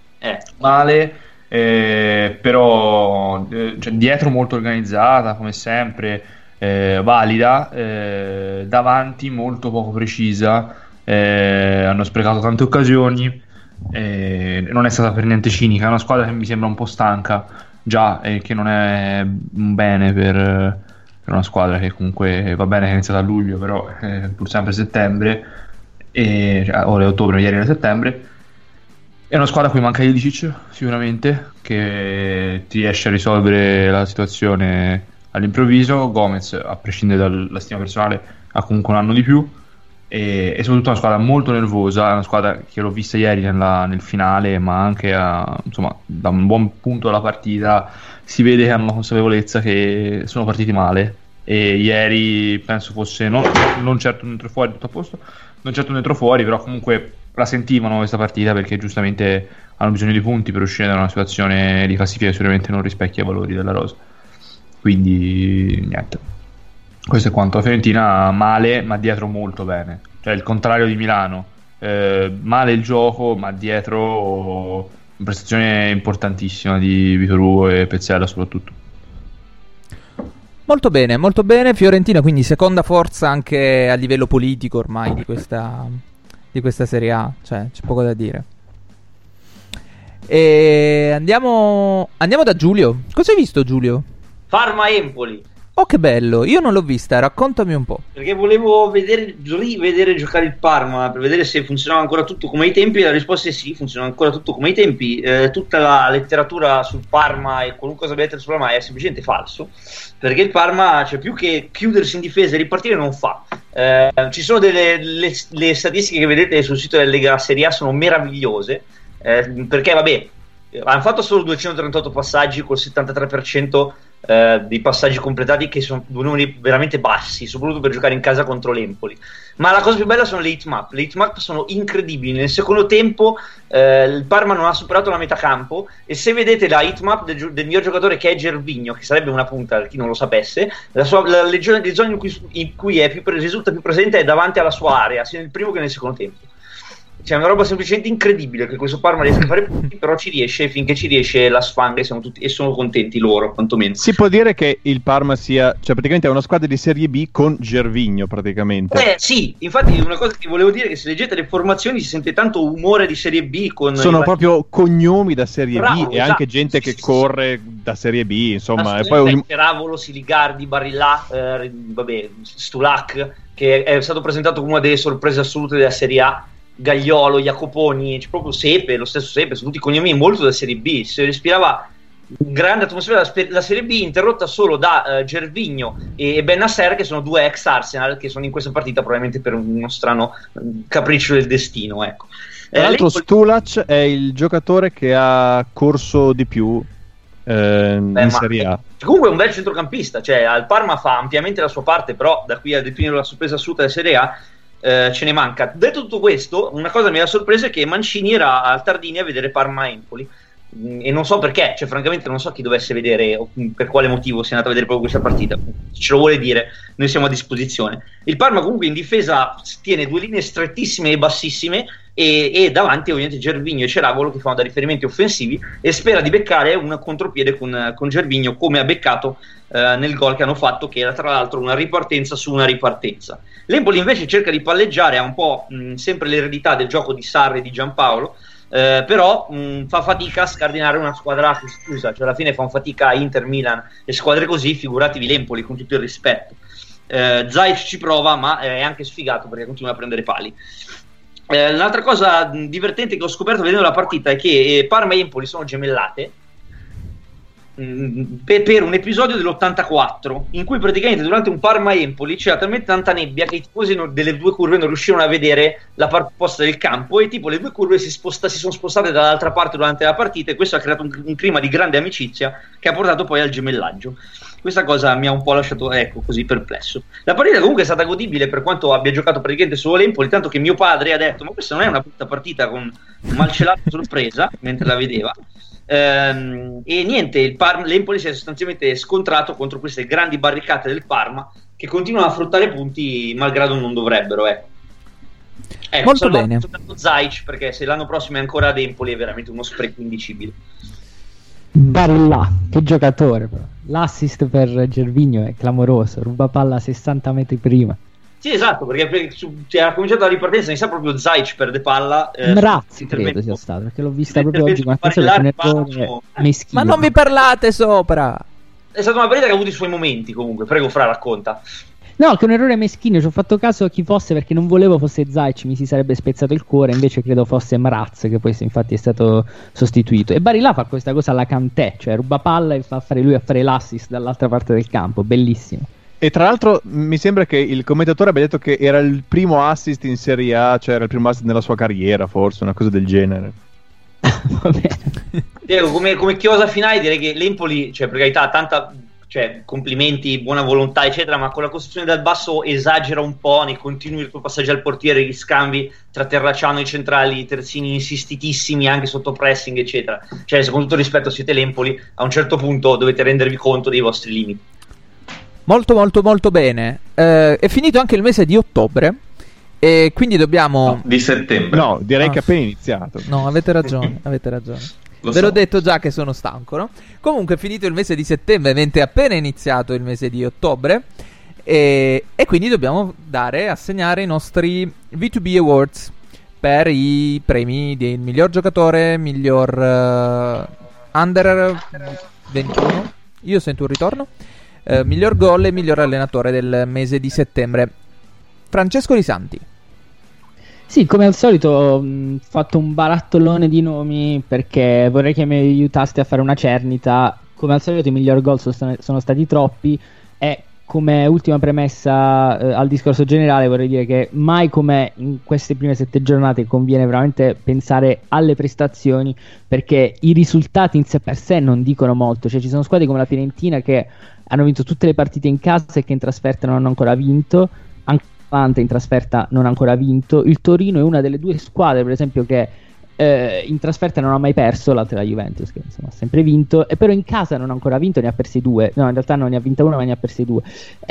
però cioè, dietro molto organizzata come sempre, valida, davanti molto poco precisa, hanno sprecato tante occasioni, non è stata per niente cinica. È una squadra che mi sembra un po' stanca già, e che non è un bene per una squadra che comunque va bene che è iniziata a luglio, però pur sempre settembre, ora è ottobre, ieri era settembre. È una squadra a cui manca Ilicic sicuramente, che ti riesce a risolvere la situazione all'improvviso. Gomez, a prescindere dalla stima personale, ha comunque un anno di più, e soprattutto una squadra molto nervosa, una squadra che l'ho vista ieri nel finale, ma anche insomma, da un buon punto della partita si vede che hanno la consapevolezza che sono partiti male, e ieri penso fosse non certo un dentro fuori, tutto a posto, non certo un dentro fuori, però comunque la sentivano questa partita, perché giustamente hanno bisogno di punti per uscire da una situazione di classifica che sicuramente non rispecchia i valori della rosa. Quindi niente, questo è quanto. La Fiorentina male, ma dietro molto bene, cioè il contrario di Milano, male il gioco, ma dietro una prestazione importantissima di Vitor Hugo e Pezzella soprattutto. Molto bene, Fiorentina quindi seconda forza anche a livello politico ormai di questa Serie A, cioè c'è poco da dire. E andiamo da Giulio. Cosa hai visto, Giulio? Parma-Empoli. Oh, che bello, io non l'ho vista, raccontami un po'. Perché volevo rivedere giocare il Parma per vedere se funzionava ancora tutto come ai tempi. La risposta è sì, funziona ancora tutto come ai tempi. Tutta la letteratura sul Parma e qualunque cosa abbia sul Parma è semplicemente falso, perché il Parma, cioè, più che chiudersi in difesa e ripartire, non fa. Ci sono le statistiche che vedete sul sito della Lega Serie A, sono meravigliose, perché vabbè, hanno fatto solo 238 passaggi col 73% dei passaggi completati, che sono due numeri veramente bassi, soprattutto per giocare in casa contro l'Empoli. Ma la cosa più bella sono le hitmap. Le hitmap sono incredibili. Nel secondo tempo il Parma non ha superato la metà campo, e se vedete la hitmap del miglior giocatore, che è Gervinho, che sarebbe una punta per chi non lo sapesse, le zone in cui risulta più presente è davanti alla sua area, sia nel primo che nel secondo tempo. C'è una roba semplicemente incredibile che questo Parma riesce a fare punti, però ci riesce, finché ci riesce la sfanga, e siamo tutti, e sono contenti loro, quantomeno. Si può dire che il Parma sia, cioè praticamente è una squadra di Serie B con Gervinho praticamente. Sì, infatti una cosa che volevo dire è che se leggete le formazioni si sente tanto umore di Serie B, sono proprio cognomi da Serie Bravo, B, e anche gente che corre da Serie B, insomma. E poi Ravolo, Siligardi, Barillà, Stulac, che è stato presentato come una delle sorprese assolute della Serie A, Gagliolo, Jacoponi, c'è proprio Sepe, lo stesso Sepe, sono tutti cognomi molto da Serie B. Si respirava grande atmosfera. La Serie B interrotta solo da Gervinho e Bennacer, che sono due ex Arsenal, che sono in questa partita probabilmente per uno strano capriccio del destino, ecco. Tra l'altro Stulac è il giocatore che ha corso di più in Serie A. Comunque è un bel centrocampista, cioè al Parma fa ampiamente la sua parte, però da qui a definire la sorpresa assoluta della Serie A ce ne manca. Detto tutto questo, una cosa mi ha sorpreso è che Mancini era al Tardini a vedere Parma-Empoli, e non so perché, cioè francamente non so chi dovesse vedere o per quale motivo sia andato a vedere proprio questa partita. Ce lo vuole dire, noi siamo a disposizione. Il Parma comunque in difesa tiene due linee strettissime e bassissime, e davanti ovviamente Gervinho e Ceravolo, che fanno da riferimenti offensivi, e spera di beccare un contropiede con Gervinho, come ha beccato nel gol che hanno fatto, che era tra l'altro una ripartenza su una ripartenza. L'Empoli invece cerca di palleggiare, ha un po' sempre l'eredità del gioco di Sarri e di Giampaolo, però fa fatica a scardinare una squadra che scusa, cioè alla fine fanno fatica Inter, Milan e squadre così, figuratevi l'Empoli, con tutto il rispetto. Zaic ci prova, ma è anche sfigato perché continua a prendere pali. L'altra cosa divertente che ho scoperto vedendo la partita è che Parma e Empoli sono gemellate per un episodio dell'84, in cui praticamente durante un Parma-Empoli c'era talmente tanta nebbia che i tifosi delle due curve non riuscivano a vedere la parte opposta del campo, e tipo le due curve si sono spostate dall'altra parte durante la partita, e questo ha creato un clima di grande amicizia che ha portato poi al gemellaggio. Questa cosa mi ha un po' lasciato, così perplesso. La partita comunque è stata godibile, per quanto abbia giocato praticamente solo l'Empoli, tanto che mio padre ha detto: ma questa non è una brutta partita, con malcelato sorpresa mentre la vedeva. E niente, l'Empoli si è sostanzialmente scontrato contro queste grandi barricate del Parma, che continuano a fruttare punti malgrado non dovrebbero. Molto bene. Zaic, perché se l'anno prossimo è ancora ad Empoli è veramente uno spreco indicibile. Barilla, che giocatore, però. L'assist per Gervinho è clamoroso, ruba palla a 60 metri prima. Sì, esatto, perché ha cominciato la ripartenza, mi sa proprio Zaic perde palla. Mrazzi credo sia stato, perché l'ho vista proprio oggi, ma ma non mi parlate sopra. È stata una partita che ha avuto i suoi momenti, comunque. Prego, Fra, racconta. No, che è un errore meschino, ci ho fatto caso a chi fosse perché non volevo fosse Zaic, mi si sarebbe spezzato il cuore, invece credo fosse Mraz, che poi infatti è stato sostituito. E Barilla fa questa cosa alla Kanté, cioè ruba palla e fa fare lui a fare l'assist dall'altra parte del campo, bellissimo. E tra l'altro mi sembra che il commentatore abbia detto che era il primo assist in Serie A, cioè era il primo assist nella sua carriera, forse, una cosa del genere. Va bene. Diego, come chiosa finale direi che l'Empoli, cioè per carità, tanta... cioè complimenti, buona volontà eccetera, ma con la costruzione dal basso esagera un po' nei continui passaggi al portiere, gli scambi tra Terracciano e centrali, i terzini insistitissimi anche sotto pressing eccetera, cioè secondo tutto rispetto siete l'Empoli, a un certo punto dovete rendervi conto dei vostri limiti. Molto molto molto bene. È finito anche il mese di ottobre e quindi dobbiamo... No, di settembre. No, direi che è appena iniziato. No, avete ragione. Ve l'ho detto già che sono stanco, no? Comunque è finito il mese di settembre, mentre è appena iniziato il mese di ottobre e quindi dobbiamo assegnare i nostri V2B Awards per i premi del miglior giocatore, miglior under 21, io sento un ritorno, miglior gol e miglior allenatore del mese di settembre. Francesco Risanti. Sì, come al solito ho fatto un barattolone di nomi perché vorrei che mi aiutaste a fare una cernita. Come al solito i miglior gol sono stati troppi e come ultima premessa al discorso generale vorrei dire che mai come in queste prime 7 giornate conviene veramente pensare alle prestazioni, perché i risultati in sé per sé non dicono molto. Cioè ci sono squadre come la Fiorentina che hanno vinto tutte le partite in casa e che in trasferta non hanno ancora vinto, anche in trasferta non ha ancora vinto. Il Torino è una delle 2 squadre per esempio che in trasferta non ha mai perso, l'altra è la Juventus che insomma ha sempre vinto, e però in casa non ha ancora vinto, ne ha persi 2. No, in realtà non ne ha vinta una ma ne ha persi 2.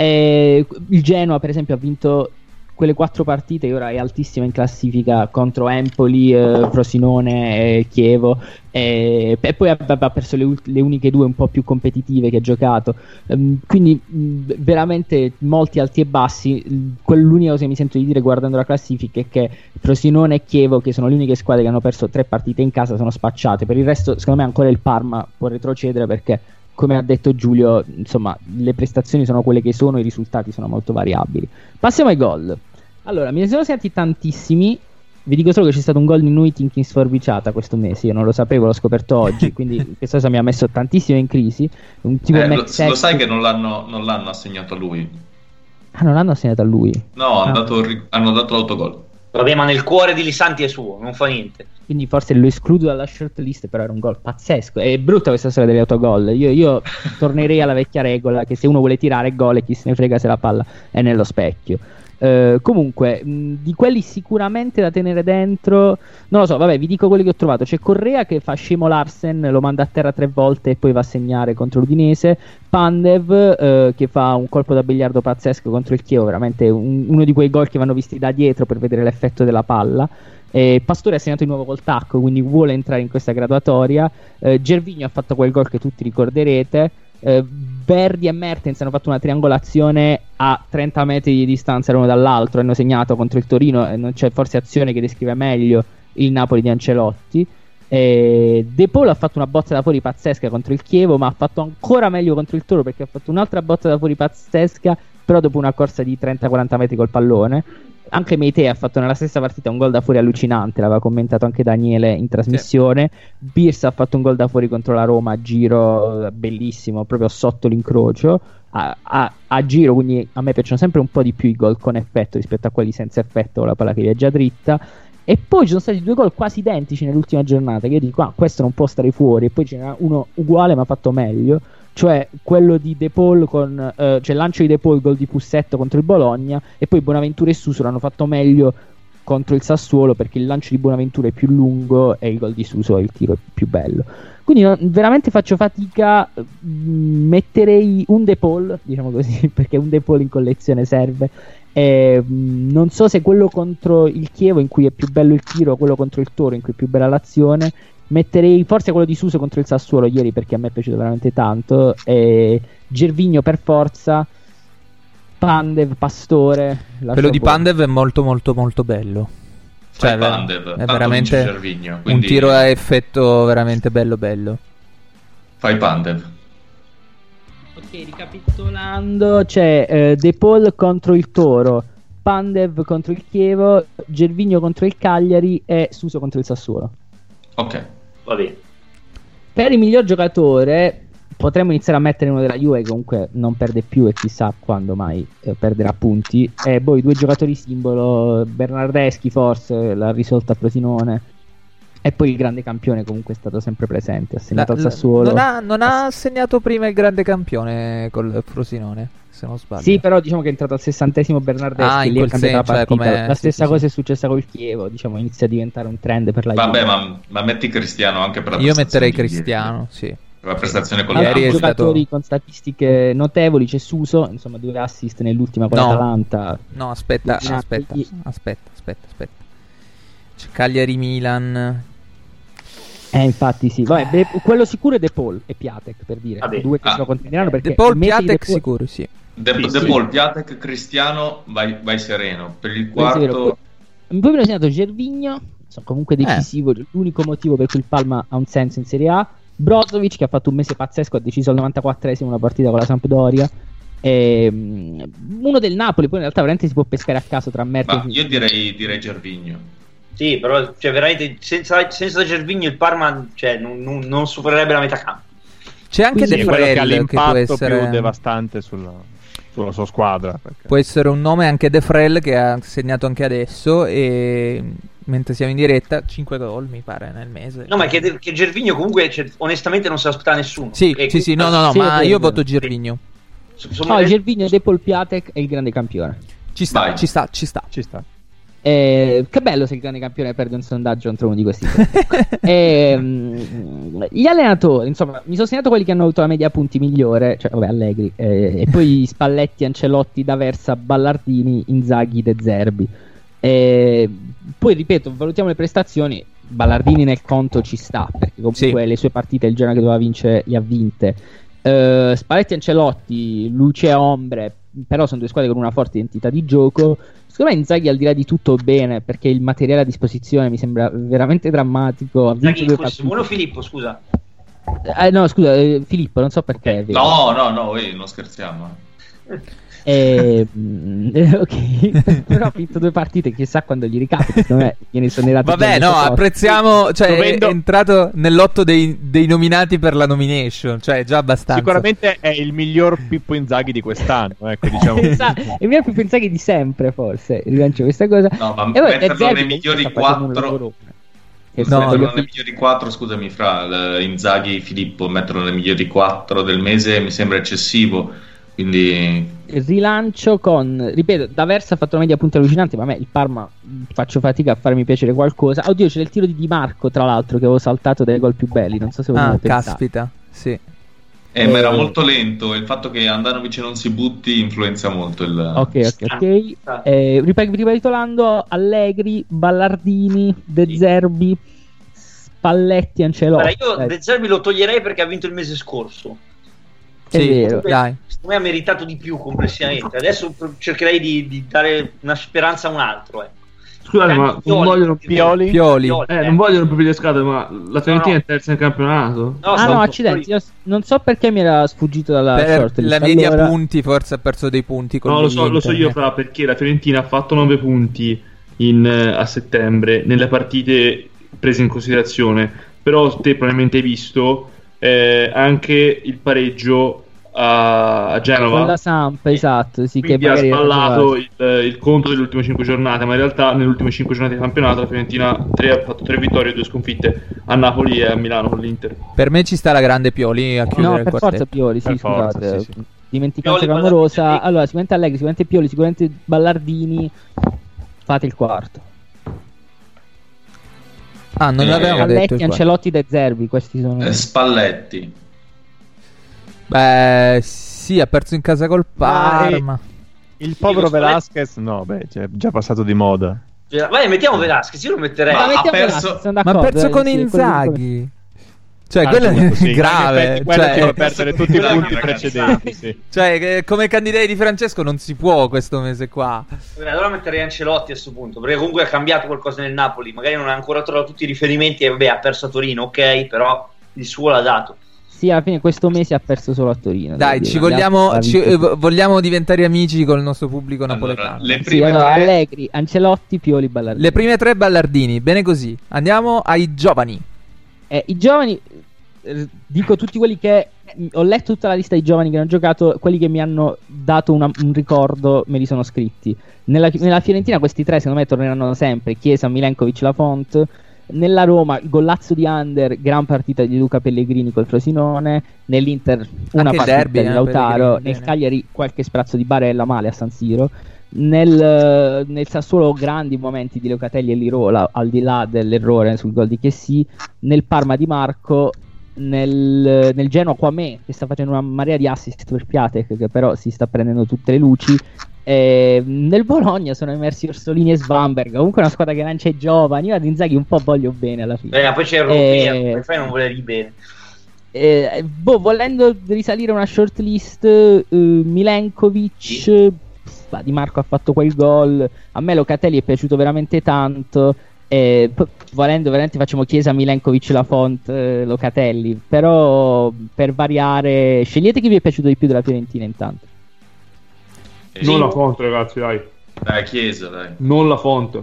Il Genoa per esempio ha vinto quelle 4 partite e ora è altissima in classifica contro Empoli, Frosinone e Chievo, e poi ha perso le uniche 2 un po' più competitive che ha giocato, quindi veramente molti alti e bassi. L'unica cosa che mi sento di dire guardando la classifica è che Frosinone e Chievo, che sono le uniche squadre che hanno perso 3 partite in casa, sono spacciate. Per il resto secondo me ancora il Parma può retrocedere perché, come ha detto Giulio, insomma, le prestazioni sono quelle che sono, i risultati sono molto variabili. Passiamo ai gol. Allora, me ne sono segnati tantissimi. Vi dico solo che c'è stato un gol di Nuitink in sforbiciata questo mese. Io non lo sapevo, l'ho scoperto oggi. Quindi questa cosa mi ha messo tantissimo in crisi. Un tipo lo sai che non l'hanno assegnato a lui? Ah, non l'hanno assegnato a lui? No, hanno dato l'autogol. Vabbè, ma nel cuore di Lisanti è suo, non fa niente. Quindi forse lo escludo dalla shortlist, però era un gol pazzesco. È brutta questa storia degli autogol. Io tornerei alla vecchia regola che se uno vuole tirare gol e chi se ne frega se la palla è nello specchio. Comunque, di quelli sicuramente da tenere dentro, non lo so, vabbè, vi dico quelli che ho trovato. C'è Correa che fa scemo Larsen, lo manda a terra 3 volte e poi va a segnare contro l'Udinese. Pandev che fa un colpo da biliardo pazzesco contro il Chievo, veramente uno di quei gol che vanno visti da dietro per vedere l'effetto della palla. Pastore ha segnato di nuovo col tacco, quindi vuole entrare in questa graduatoria. Gervinho ha fatto quel gol che tutti ricorderete. Verdi e Mertens hanno fatto una triangolazione a 30 metri di distanza l'uno dall'altro, hanno segnato contro il Torino e non c'è forse azione che descrive meglio il Napoli di Ancelotti. De Paul ha fatto una botta da fuori pazzesca contro il Chievo, ma ha fatto ancora meglio contro il Toro perché ha fatto un'altra botta da fuori pazzesca, però dopo una corsa di 30-40 metri col pallone. Anche Meite ha fatto nella stessa partita un gol da fuori allucinante, l'aveva commentato anche Daniele in trasmissione. Sì. Birsa ha fatto un gol da fuori contro la Roma a giro, bellissimo, proprio sotto l'incrocio a giro, quindi a me piacciono sempre un po' di più i gol con effetto rispetto a quelli senza effetto con la palla che viaggia dritta. E poi ci sono stati 2 gol quasi identici nell'ultima giornata che io dico questo non può stare fuori, e poi ce n'era uno uguale ma fatto meglio, cioè quello di De Paul cioè il lancio di De Paul, gol di Pussetto contro il Bologna, e poi Bonaventura e Suso l'hanno fatto meglio contro il Sassuolo perché il lancio di Bonaventura è più lungo e il gol di Suso è il tiro più bello. Quindi veramente faccio fatica, metterei un De Paul, diciamo così, perché un De Paul in collezione serve. Non so se quello contro il Chievo in cui è più bello il tiro o quello contro il Toro in cui è più bella l'azione. Metterei forse quello di Suso contro il Sassuolo ieri perché a me è piaciuto veramente tanto. Gervinho per forza, Pandev, Pastore. Quello di Pandev è molto molto molto bello. Cioè, Pandev, è veramente Gervinho, quindi... un tiro a effetto veramente bello bello. Fai Pandev. Ok, ricapitolando, c'è De Paul contro il Toro, Pandev contro il Chievo, Gervinho contro il Cagliari e Suso contro il Sassuolo. Ok. Va bene. Per il miglior giocatore potremmo iniziare a mettere uno della Juve, che comunque non perde più e chissà quando mai perderà punti. E poi 2 giocatori simbolo, Bernardeschi forse l'ha risolta a Frosinone, e poi il grande campione comunque è stato sempre presente, ha segnato al Sassuolo. Non ha segnato prima il grande campione col Frosinone, se non sbaglio. Sì, però diciamo che è entrato al 60° Bernardeschi, in lì quel è cambiata la partita. senso, La stessa sì. cosa è successa col Chievo, diciamo inizia a diventare un trend per la Vabbè, Juve. ma metti Cristiano anche per la Io prestazione metterei di ieri. Cristiano, sì. Per la prestazione con Ieri Altri è l'Napoli. stato- giocatori con statistiche notevoli, c'è Suso, insomma 2 assist nell'ultima con No. l'Atalanta. No, aspetta. C'è Cagliari-Milan. Infatti sì, vabbè, quello sicuro è De Paul e Piatek, per dire. Vabbè. 2 che se lo contenderanno, perché De Paul, metti Piatek De Paul- sicuro, sì. De Paul, Piatek, Cristiano, vai sereno. Per il Poi è vero, quarto... poi mi hanno segnato Gervinho, comunque decisivo, l'unico motivo per cui il Palma ha un senso in Serie A. Brozovic, che ha fatto un mese pazzesco, ha deciso al 94esimo una partita con la Sampdoria. Uno del Napoli, poi in realtà veramente si può pescare a caso tra Mertens. Ma io direi Gervinho. Sì, però cioè, veramente senza Gervinho il Parma non supererebbe la metà campo. C'è anche Quindi De È quello che ha Frel che può l'impatto essere più devastante sulla sua squadra. Perché... Può essere un nome anche De Frel, che ha segnato anche adesso, e mentre siamo in diretta 5 gol mi pare nel mese. No, ma che Gervinho comunque onestamente non se l'aspettava nessuno. Sì, E sì, no, Sì, ma è io vero. voto Gervinho. Gervinho, De Paul, Piatek e il grande campione. Ci sta, Vai. ci sta. Ci sta. Che bello se il grande campione perde un sondaggio contro uno di questi tre. Gli allenatori, insomma, mi sono segnato quelli che hanno avuto la media punti migliore, cioè vabbè, Allegri, e poi Spalletti, Ancelotti, D'Aversa, Ballardini, Inzaghi, De Zerbi. Poi ripeto, valutiamo le prestazioni. Ballardini nel conto ci sta, perché comunque le sue partite il giorno che doveva vincere le ha vinte. Spalletti, Ancelotti, luce e ombre, però sono 2 squadre con una forte identità di gioco. Secondo me Inzaghi, al di là di tutto, bene, perché il materiale a disposizione mi sembra veramente drammatico. Ha vinto 2 partite. Buono Filippo, scusa. No, scusa, Filippo, non so perché è vero. No, non scherziamo. Ok, però ha vinto 2 partite, chissà quando gli ricapita. Secondo me viene esonerato. Vabbè, no, apprezziamo, cioè è entrato nell'otto dei nominati per la nomination, cioè già abbastanza. Sicuramente è il miglior Pippo Inzaghi di quest'anno, ecco, diciamo. Esatto, e mi ha più pensato di sempre, forse rilancio questa cosa. No, ma E poi metterlo Zerbi nei migliori sta facendo un 4. lavoro. Metterlo nei migliori 4, scusami, fra Inzaghi e Filippo, metterlo nei migliori 4 del mese mi sembra eccessivo. Quindi rilancio con, ripeto, D'Aversa ha fatto una media punti allucinante, ma a me il Parma faccio fatica a farmi piacere qualcosa. Oddio, c'è il tiro di Di Marco, tra l'altro, che avevo saltato dai gol più belli, non so se vogliamo pensare. Caspita, sì. ma era molto lento, il fatto che Andanovic non si butti influenza molto il... Ok. Ricapitolando, Allegri, Ballardini, De Zerbi, Spalletti, Ancelotti. Guarda, io De Zerbi lo toglierei perché ha vinto il mese scorso. È vero. Dai. Secondo me ha meritato di più complessivamente. Adesso cercherei di dare una speranza a un altro. Scusate, ma non vogliono Pioli? non vogliono proprio le scatole, ma la Fiorentina è terza in campionato. No, accidenti, io non so perché mi era sfuggito dalla Per shortlist. la media Allora, punti forse ha perso dei punti con No, lo so l'Inter. io, fra, perché la Fiorentina ha fatto 9 punti a settembre nelle partite prese in considerazione, però te probabilmente hai visto anche il pareggio a Genova con la Samp, esatto, sì, che quindi ha magari spallato il conto delle ultime 5 giornate, ma in realtà nelle ultime 5 giornate di campionato la Fiorentina ha fatto 3 vittorie e 2 sconfitte a Napoli e a Milano con l'Inter. Per me ci sta la grande Pioli a chiudere No, il per quartetto. forza Pioli, sì, Per forza, scusate. sì. Dimenticanza Pioli, clamorosa. Allora, sicuramente Allegri, sicuramente Pioli, sicuramente Ballardini. Fate il quarto. Non l'avevamo detto il Spalletti, quarto. Ancelotti, De Zerbi, questi sono. Spalletti. Beh, sì, ha perso in casa col Parma. Il povero Velasquez, no, è già passato di moda. Vai, mettiamo Velasquez, io lo metterei. Ma ha mettiamo perso- Velasquez, sono Ma ha d'accordo, perso con sì, Inzaghi. Cioè, Ah, quello è giusto, sì. grave. In effetti, quello Cioè, deve perdere tutti i punti ragazzi. precedenti, sì. cioè, come candidati di Francesco non si può questo mese qua. Allora metterei Ancelotti a questo punto, perché comunque ha cambiato qualcosa nel Napoli, magari non ha ancora trovato tutti i riferimenti e vabbè, ha perso a Torino, ok, però il suo l'ha dato. Sì, alla fine questo mese ha perso solo a Torino. Dai, vogliamo diventare amici col nostro pubblico napoletano. Allegri, Ancelotti, Pioli, Ballardini. Le prime 3 Ballardini, bene così. Andiamo ai giovani. I giovani, dico tutti quelli che ho letto, tutta la lista di giovani che hanno giocato, quelli che mi hanno dato un ricordo me li sono scritti. Nella Fiorentina questi 3 secondo me torneranno sempre: Chiesa, Milenkovic, Lafont. Nella Roma Gollazzo di Under, gran partita di Luca Pellegrini col Frosinone. Nell'Inter una anche partita derby, di Lautaro. Nel Cagliari qualche sprazzo di Barella, male a San Siro. Nel Sassuolo grandi momenti di Locatelli e Lirola, al di là dell'errore sul gol di Chessy. Nel Parma di Marco. Nel Genoa Quamé, che sta facendo una marea di assist per Piatek, che però si sta prendendo tutte le luci. Nel Bologna sono emersi Orsolini e Svanberg, comunque una squadra che lancia i giovani. Io ad Inzaghi un po' voglio bene alla fine. Poi c'è Europea, poi non volevi bene. Volendo risalire una shortlist, Milenkovic, Di Marco ha fatto quel gol. A me Locatelli è piaciuto veramente tanto. Volendo veramente facciamo Chiesa, Milenkovic, Lafont, Locatelli. Però per variare scegliete chi vi è piaciuto di più della Fiorentina intanto. Non la font, ragazzi, dai. Dai, Chiesa, dai. Non la font.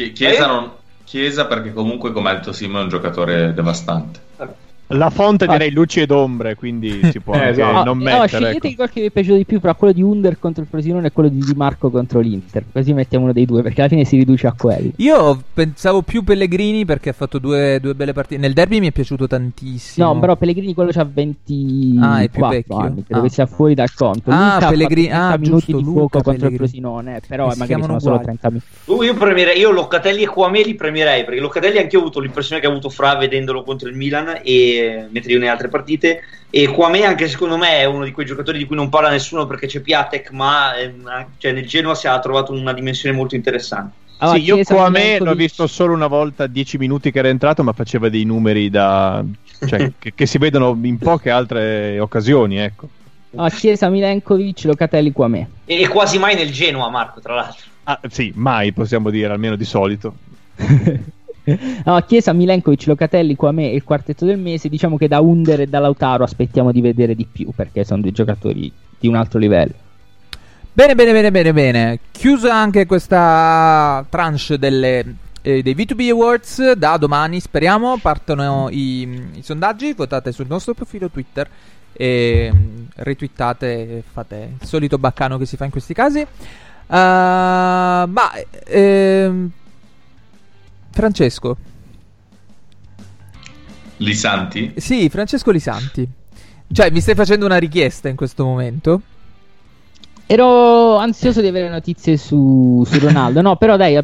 Chiesa perché comunque, come ha detto Simo, è un giocatore devastante. La fonte direi luci ed ombre, quindi si può anche non mettere. Scegliete il gol che vi è piaciuto di più, però quello di Under contro il Frosinone e quello di Di Marco contro l'Inter. Così mettiamo uno dei due, perché alla fine si riduce a quelli. Io pensavo più Pellegrini perché ha fatto due belle partite. Nel derby mi è piaciuto tantissimo. No, però Pellegrini quello c'ha 24 è più vecchio anni, credo che sia fuori dal conto. Pellegrini, 30 minuti di fuoco contro Pellegrini. il Frosinone, però magari sono solo 30 minuti. Io Locatelli e Quamé li premierei, perché Locatelli anche io ho avuto l'impressione che ha avuto Fra vedendolo contro il Milan, e mentre io ne altre partite. E Quamé anche secondo me è uno di quei giocatori di cui non parla nessuno perché c'è Piatek, ma nel Genoa si è trovato una dimensione molto interessante. Sì, io Quamé l'ho visto solo una volta, 10 minuti che era entrato, ma faceva dei numeri che si vedono in poche altre occasioni, ecco. Chiesa, Milenkovic, Locatelli, Quamé. E quasi mai nel Genoa, Marco, tra l'altro. Sì, mai possiamo dire, almeno di solito. Chiesa, Milenkovic, Locatelli, Quamé e il quartetto del mese. Diciamo che da Under e da Lautaro aspettiamo di vedere di più, perché sono dei giocatori di un altro livello. Bene. Chiusa anche questa tranche dei V2B Awards. Da domani, speriamo, partono i sondaggi. Votate sul nostro profilo Twitter e retweetate, fate il solito baccano che si fa in questi casi. Francesco Lisanti? Sì, Francesco Lisanti. Cioè, mi stai facendo una richiesta in questo momento? Ero ansioso di avere notizie su Ronaldo. No, però dai,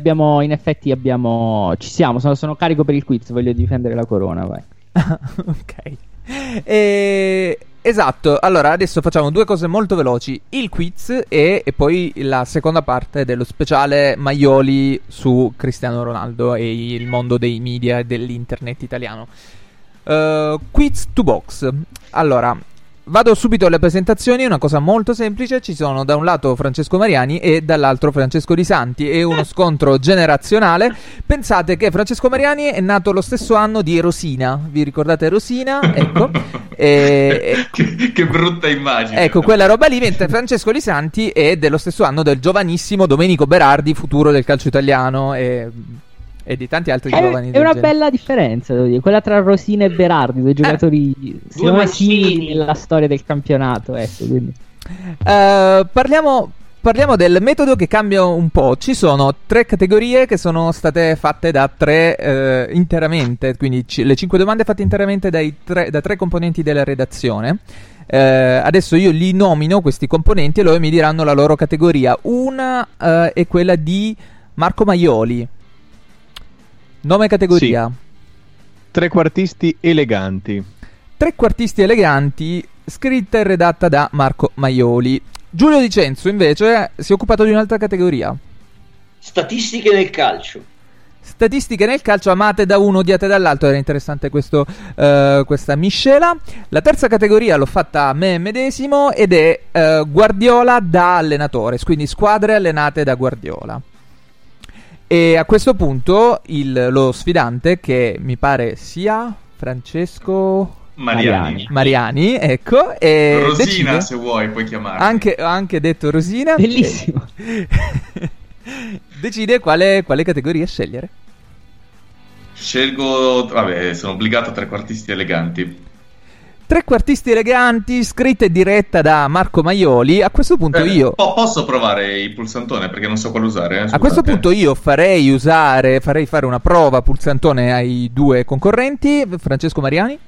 ci siamo. Sono carico per il quiz. Voglio difendere la corona, vai. Ok. Esatto. Allora, adesso facciamo due cose molto veloci: il quiz e poi la seconda parte dello speciale Maioli su Cristiano Ronaldo e il mondo dei media e dell'internet italiano. Quiz to box. Allora, vado subito alle presentazioni. Una cosa molto semplice: ci sono da un lato Francesco Mariani e dall'altro Francesco Lisanti. È uno scontro generazionale. Pensate che Francesco Mariani è nato lo stesso anno di Rosina. Vi ricordate Rosina? Ecco. Che brutta immagine. Ecco, quella roba lì. Mentre Francesco Lisanti è dello stesso anno del giovanissimo Domenico Berardi, futuro del calcio italiano e di tanti altri giovani. È una bella differenza, devo dire, quella tra Rosina e Berardi, due giocatori secondo me simili nella storia del campionato. Ecco, quindi. Parliamo del metodo che cambia un po'. Ci sono 3 categorie che sono state fatte da 3 interamente, quindi le 5 domande fatte interamente da 3 componenti della redazione. Adesso io li nomino questi componenti e loro mi diranno la loro categoria. Una è quella di Marco Maioli. Nome e categoria? Sì. Trequartisti eleganti. Trequartisti eleganti, scritta e redatta da Marco Maioli. Giulio Di Cenzo invece si è occupato di un'altra categoria. Statistiche nel calcio. Statistiche nel calcio, amate da uno, odiate dall'altro. Era interessante questa miscela. La terza categoria l'ho fatta a me medesimo ed è Guardiola da allenatore, quindi squadre allenate da Guardiola. E a questo punto lo sfidante, che mi pare sia Francesco Mariani, ecco. E Rosina, decide, se vuoi, puoi chiamarmi. Anche detto Rosina. Bellissimo. Decide quale categoria scegliere. Scelgo, vabbè, sono obbligato a trequartisti eleganti. Trequartisti eleganti, scritta e diretta da Marco Maioli. A questo punto io posso provare il pulsantone perché non so quale usare. A questo punto io farei fare una prova pulsantone ai due concorrenti. Francesco Mariani.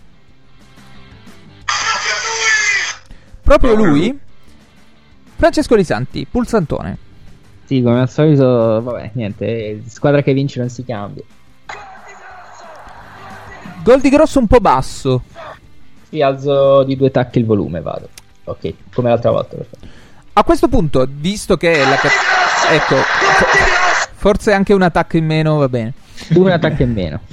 Proprio lui. Francesco Lisanti, pulsantone. Sì, come al solito, vabbè, niente, squadra che vince non si cambia. Gol di Grosso un po' basso. Sì, alzo di 2 tacchi il volume, vado. Ok, come l'altra volta. Perfetto. A questo punto, visto che ecco, forse anche un attacco in meno va bene. Un attacco in meno.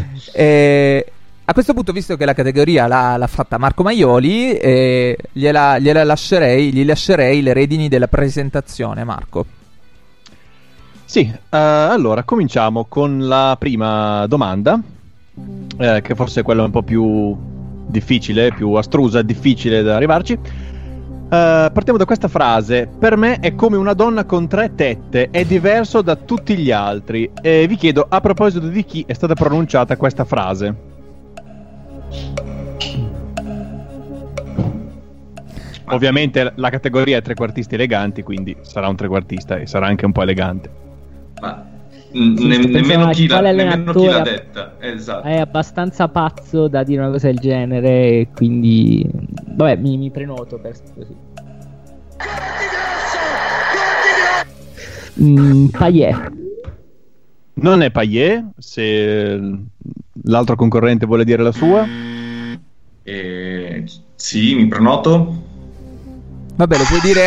A questo punto, visto che la categoria l'ha fatta Marco Maioli, gli lascerei le redini della presentazione, Marco. Sì, allora cominciamo con la prima domanda, che forse è quella un po' più difficile, più astrusa, difficile da arrivarci. Partiamo da questa frase: per me è come una donna con 3 tette, è diverso da tutti gli altri. E vi chiedo, a proposito di chi è stata pronunciata questa frase? Ovviamente la categoria è trequartisti eleganti, quindi sarà un trequartista e sarà anche un po' elegante. Ma nemmeno chi l'ha detta. Esatto. È abbastanza pazzo da dire una cosa del genere, quindi vabbè, mi prenoto per così. Payet. Non è Payet, se l'altro concorrente vuole dire la sua. Sì, mi prenoto. Vabbè, lo puoi dire.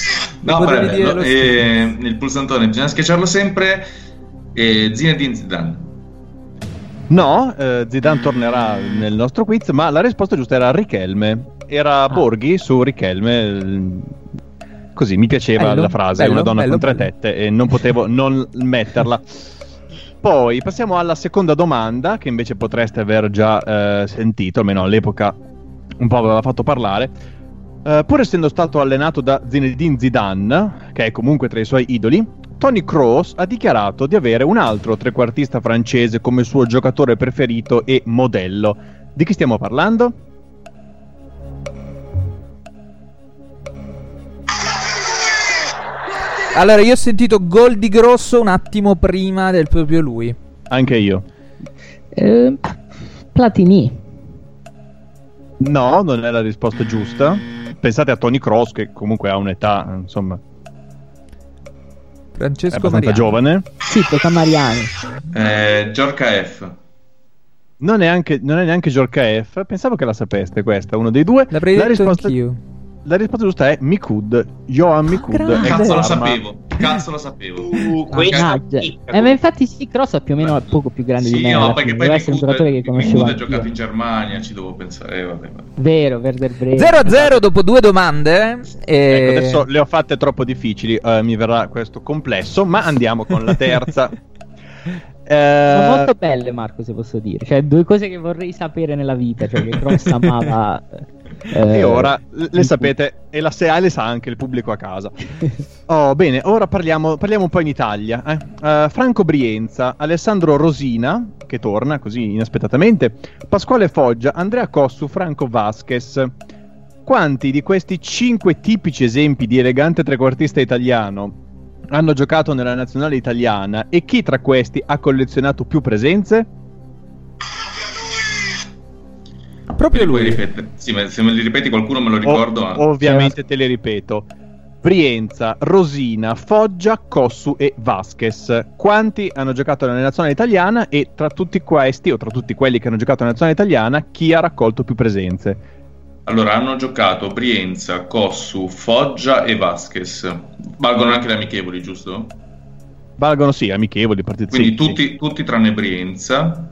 Nel pulsantone bisogna schiacciarlo sempre. Zinedine Zidane. No, Zidane tornerà nel nostro quiz, ma la risposta giusta era Richelme. Era Borghi su Richelme. Così mi piaceva la frase, una donna con 3 tette, e non potevo non metterla. Poi passiamo alla seconda domanda, che invece potreste aver già sentito, almeno all'epoca un po' aveva fatto parlare. Pur essendo stato allenato da Zinedine Zidane, che è comunque tra i suoi idoli, Toni Kroos ha dichiarato di avere un altro trequartista francese come suo giocatore preferito e modello. Di chi stiamo parlando? Allora, io ho sentito gol di Grosso un attimo prima del proprio lui. Anche io. Platini. No, non è la risposta giusta. Pensate a Toni Kroos, che comunque ha un'età, insomma, Francesco è abbastanza Mariani. giovane. Sì, tocca a Mariani. Djorkaeff. Non è neanche Djorkaeff. Pensavo che la sapeste questa, uno dei due. L'avrei detto anch'io. La risposta giusta è Mikud, Johan Mikud. Cazzo lo sapevo. Ma infatti sì, Kroos è più o meno poco più grande di me. No, perché poi deve essere un giocatore che conoscevo. ha giocato in Germania, ci devo pensare. Vabbè. Vero, Werder Bremen. 0-0 dopo 2 domande. Ecco, adesso le ho fatte troppo difficili, mi verrà questo complesso, ma andiamo con la terza. Sono molto belle, Marco, se posso dire. Cioè, 2 cose che vorrei sapere nella vita. Cioè, che Kroos amava. E ora le sapete, e le sa anche il pubblico a casa. Bene, ora parliamo un po' in Italia. Franco Brienza, Alessandro Rosina, che torna così inaspettatamente, Pasquale Foggia, Andrea Cossu, Franco Vasquez. Quanti di questi 5 tipici esempi di elegante trequartista italiano hanno giocato nella nazionale italiana, e chi tra questi ha collezionato più presenze? Proprio lui. Sì, ma se me li ripeti qualcuno me lo ricordo. Ovviamente te li ripeto. Brienza, Rosina, Foggia, Cossu e Vasquez. Quanti hanno giocato nella nazionale italiana, e tra tutti questi, o tra tutti quelli che hanno giocato nella nazionale italiana, chi ha raccolto più presenze? Allora, hanno giocato Brienza, Cossu, Foggia e Vasquez. Valgono anche le amichevoli, giusto? Valgono, sì, amichevoli, partite. Quindi tutti tranne Brienza.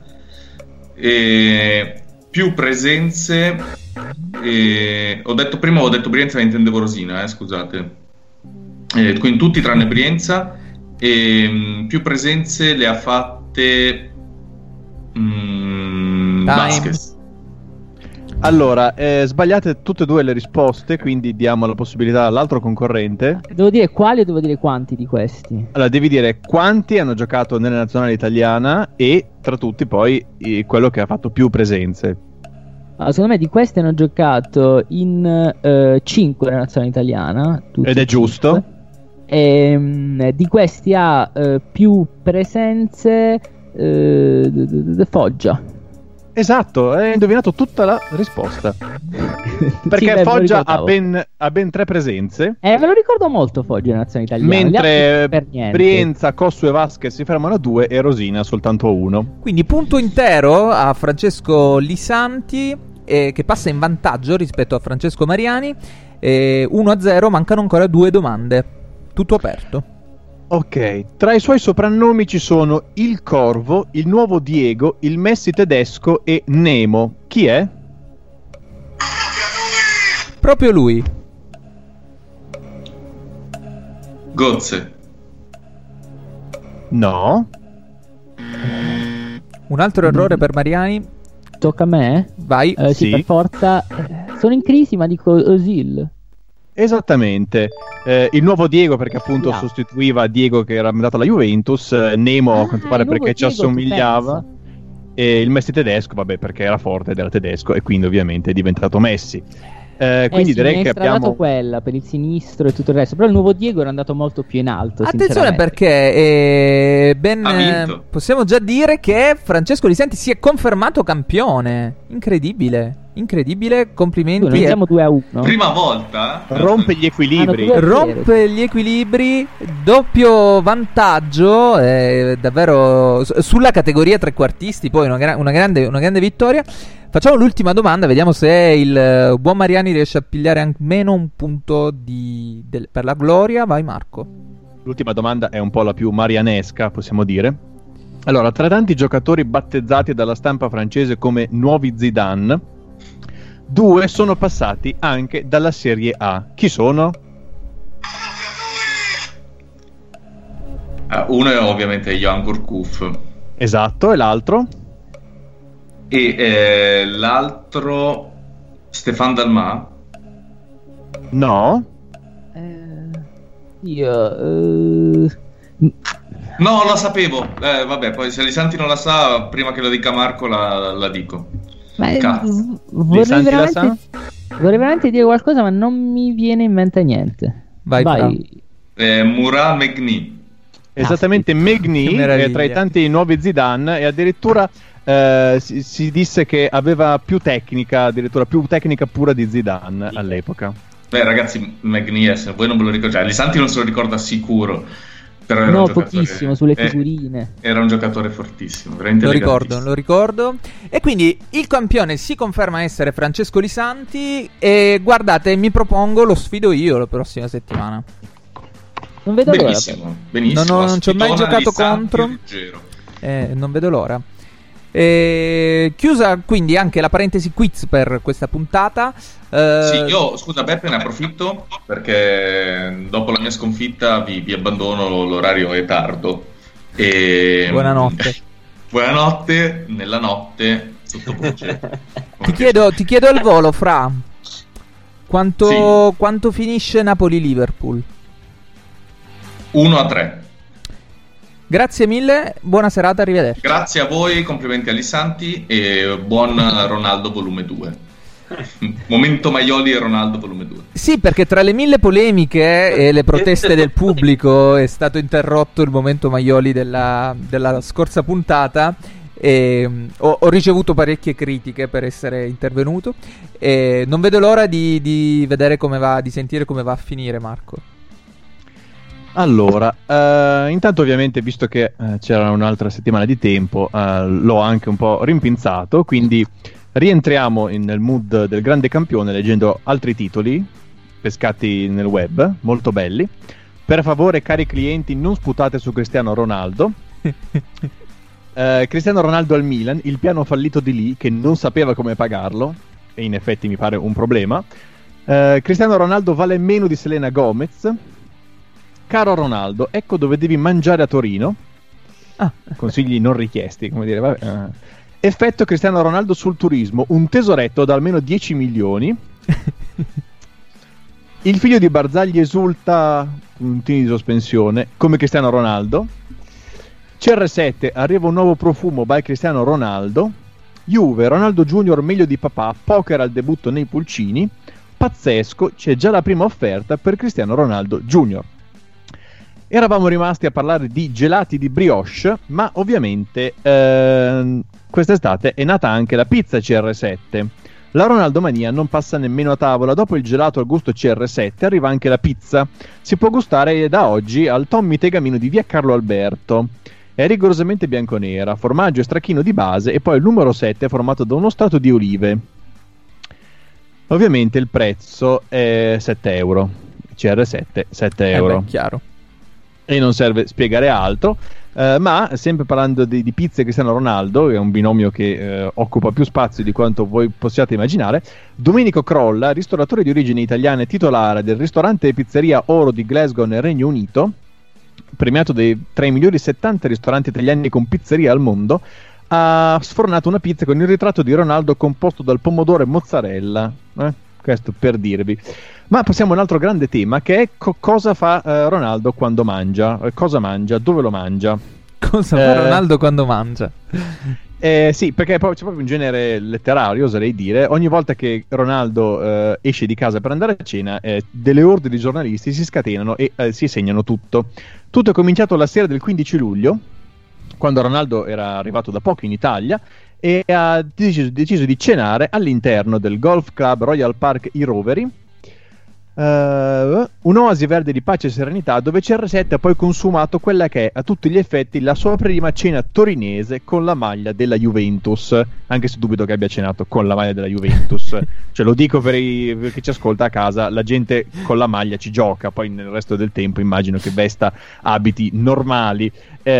Più presenze. Ho detto Brienza, ma intendevo Rosina, scusate. Quindi tutti tranne Brienza. Più presenze le ha fatte Vasquez. Allora, sbagliate tutte e due le risposte, quindi diamo la possibilità all'altro concorrente. Devo dire quali o devo dire quanti di questi? Allora, devi dire quanti hanno giocato nella nazionale italiana e tra tutti poi quello che ha fatto più presenze. Allora, secondo me di questi hanno giocato in 5 nella nazionale italiana. Ed è giusto. E, di questi ha più presenze Foggia. Esatto, hai indovinato tutta la risposta. Perché Sì, Foggia ha ben 3 presenze. Me lo ricordo molto Foggia in nazionale italiana. Mentre per niente. Brienza, Cossu e Vasquez si fermano a 2 e Rosina soltanto a 1. Quindi punto intero a Francesco Lisanti, che passa in vantaggio rispetto a Francesco Mariani. 1-0, mancano ancora 2 domande. Tutto aperto. Ok, tra i suoi soprannomi ci sono il Corvo, il Nuovo Diego, il Messi tedesco e Nemo. Chi è? Proprio lui. Gozze. No. Un altro errore per Mariani. Tocca a me? Vai. Sì, per forza. Sono in crisi, ma dico Osil. Esattamente. Il Nuovo Diego perché appunto sostituiva Diego che era andato alla Juventus. Nemo a quanto pare perché ci assomigliava. E il Messi tedesco, vabbè, perché era forte ed era tedesco e quindi ovviamente è diventato Messi. Quindi sì, direi che abbiamo quella per il sinistro e tutto il resto. Però il Nuovo Diego era andato molto più in alto. Attenzione perché possiamo già dire che Francesco Lisanti si è confermato campione. Incredibile, complimenti. Noi siamo 2-1. Prima volta rompe gli equilibri, doppio vantaggio, davvero sulla categoria trequartisti. Poi una grande vittoria. Facciamo l'ultima domanda, vediamo se il buon Mariani riesce a pigliare almeno un punto per la gloria. Vai Marco. L'ultima domanda è un po' la più marianesca, possiamo dire. Allora, tra tanti giocatori battezzati dalla stampa francese come nuovi Zidane, 2 sono passati anche dalla Serie A. Chi sono? Uno è ovviamente Johan Gourcuff. Esatto, e l'altro? E l'altro Stéphane Dalmat? No. No, la sapevo. Vabbè, poi se Lisanti non la sa, prima che lo dica Marco la dico. Vorrei veramente dire qualcosa, ma non mi viene in mente niente. Vai. Murat Megni. Esattamente, Megni è tra i tanti nuovi Zidane e addirittura si disse che aveva più tecnica, addirittura più tecnica pura di Zidane all'epoca. Beh ragazzi, Megni, se voi non ve lo ricordate, Lisanti non se lo ricorda sicuro. Però era pochissimo sulle figurine. Era un giocatore fortissimo, veramente lo ricordo. E quindi il campione si conferma essere Francesco Lisanti. E guardate, mi propongo, lo sfido io la prossima settimana. Non vedo l'ora. Benissimo. Non ci ho mai giocato contro. Non vedo l'ora. Chiusa quindi anche la parentesi quiz per questa puntata. Sì, io scusa Beppe, ne approfitto perché dopo la mia sconfitta vi abbandono, l'orario è tardo e buonanotte nella notte sottovoce. Ti chiedo al volo, Fra, quanto finisce Napoli-Liverpool? 1-3. Grazie mille, buona serata, arrivederci. Grazie a voi, complimenti a Lisanti e buon Ronaldo volume 2. Momento Maioli e Ronaldo volume 2. Sì, perché tra le 1000 polemiche e le proteste del pubblico è stato interrotto il momento Maioli della scorsa puntata. Ho ricevuto parecchie critiche per essere intervenuto e non vedo l'ora di vedere di sentire come va a finire, Marco. Allora, intanto ovviamente visto che c'era un'altra settimana di tempo, l'ho anche un po' rimpinzato, quindi rientriamo nel mood del grande campione leggendo altri titoli pescati nel web, molto belli. Per favore, cari clienti, non sputate su Cristiano Ronaldo. Cristiano Ronaldo al Milan, il piano fallito di Lee che non sapeva come pagarlo, e in effetti mi pare un problema. Cristiano Ronaldo vale meno di Selena Gomez. Caro Ronaldo, ecco dove devi mangiare a Torino. Consigli non richiesti, come dire. Effetto Cristiano Ronaldo sul turismo, un tesoretto da almeno 10 milioni. Il figlio di Barzagli esulta, puntini di sospensione, come Cristiano Ronaldo. CR7, arriva un nuovo profumo by Cristiano Ronaldo. Juve, Ronaldo Junior meglio di papà, poker al debutto nei pulcini. Pazzesco, c'è già la prima offerta per Cristiano Ronaldo Junior. Eravamo rimasti a parlare di gelati di brioche, ma ovviamente quest'estate è nata anche la pizza CR7. La Ronaldo Mania non passa nemmeno a tavola, dopo il gelato al gusto CR7 arriva anche la pizza. Si può gustare da oggi al Tommy Tegamino di via Carlo Alberto. È rigorosamente bianconera, formaggio e stracchino di base e poi il numero 7 è formato da uno strato di olive. Ovviamente il prezzo è 7 euro. CR7, 7 euro. Chiaro. E non serve spiegare altro, ma sempre parlando di pizze Cristiano Ronaldo, che è un binomio che occupa più spazio di quanto voi possiate immaginare. Domenico Crolla, ristoratore di origine italiana e titolare del ristorante e pizzeria Oro di Glasgow nel Regno Unito, premiato tra i migliori 70 ristoranti italiani con pizzeria al mondo, ha sfornato una pizza con il ritratto di Ronaldo composto dal pomodoro e mozzarella. Questo per dirvi. Ma passiamo a un altro grande tema, che è cosa fa Ronaldo quando mangia. Cosa mangia, dove lo mangia. Cosa fa Ronaldo quando mangia? Sì, perché poi c'è proprio un genere letterario, oserei dire. Ogni volta che Ronaldo esce di casa per andare a cena, delle orde di giornalisti si scatenano e si segnano tutto. Tutto è cominciato la sera del 15 luglio, quando Ronaldo era arrivato da poco in Italia e ha deciso di cenare all'interno del Golf Club Royal Park I Roveri, un'oasi verde di pace e serenità, dove CR7 ha poi consumato quella che è a tutti gli effetti la sua prima cena torinese con la maglia della Juventus, anche se dubito che abbia cenato con la maglia della Juventus. Cioè, lo dico per chi ci ascolta a casa, la gente con la maglia ci gioca, poi nel resto del tempo immagino che vesta abiti normali.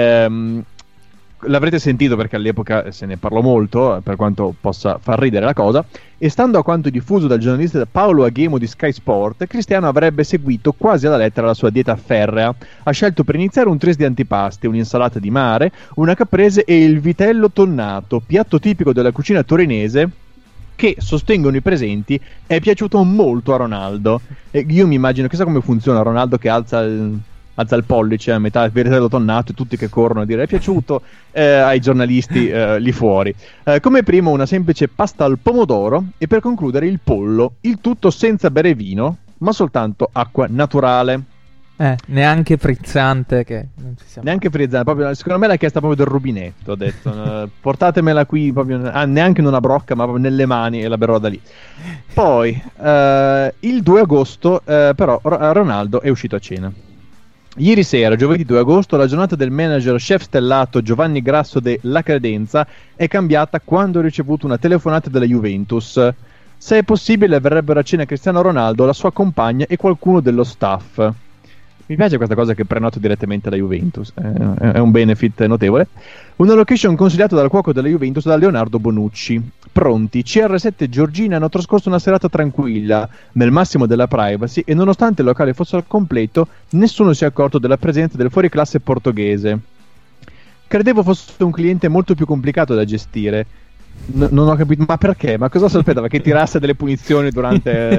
L'avrete sentito perché all'epoca se ne parlò molto, per quanto possa far ridere la cosa, e stando a quanto diffuso dal giornalista Paolo Aghemo di Sky Sport, Cristiano avrebbe seguito quasi alla lettera la sua dieta ferrea. Ha scelto per iniziare un tris di antipasti, un'insalata di mare, una caprese e il vitello tonnato, piatto tipico della cucina torinese, che, sostengono i presenti, è piaciuto molto a Ronaldo. E io mi immagino, chissà come funziona Ronaldo che alza il pollice a metà, il vitello tonnato, e tutti che corrono a dire è piaciuto ai giornalisti lì fuori. Come primo una semplice pasta al pomodoro e per concludere il pollo, il tutto senza bere vino, ma soltanto acqua naturale. Neanche frizzante, che non si sa. Neanche frizzante, proprio, secondo me l'ha chiesta proprio del rubinetto, ha detto portatemela qui, proprio, neanche in una brocca ma proprio nelle mani, e la berrò da lì. Poi il 2 agosto però Ronaldo è uscito a cena. Ieri sera, giovedì 2 agosto, la giornata del manager chef stellato Giovanni Grasso de La Credenza è cambiata quando ha ricevuto una telefonata della Juventus. Se è possibile, verrebbero a cena Cristiano Ronaldo, la sua compagna e qualcuno dello staff. Mi piace questa cosa che prenoto direttamente alla Juventus, è un benefit notevole. Una location consigliata dal cuoco della Juventus, da Leonardo Bonucci. Pronti, CR7 e Giorgina hanno trascorso una serata tranquilla, nel massimo della privacy, e nonostante il locale fosse al completo, nessuno si è accorto della presenza del fuoriclasse portoghese. Credevo fosse un cliente molto più complicato da gestire. Non ho capito, ma perché? Ma cosa si aspettava? Che tirasse delle punizioni tra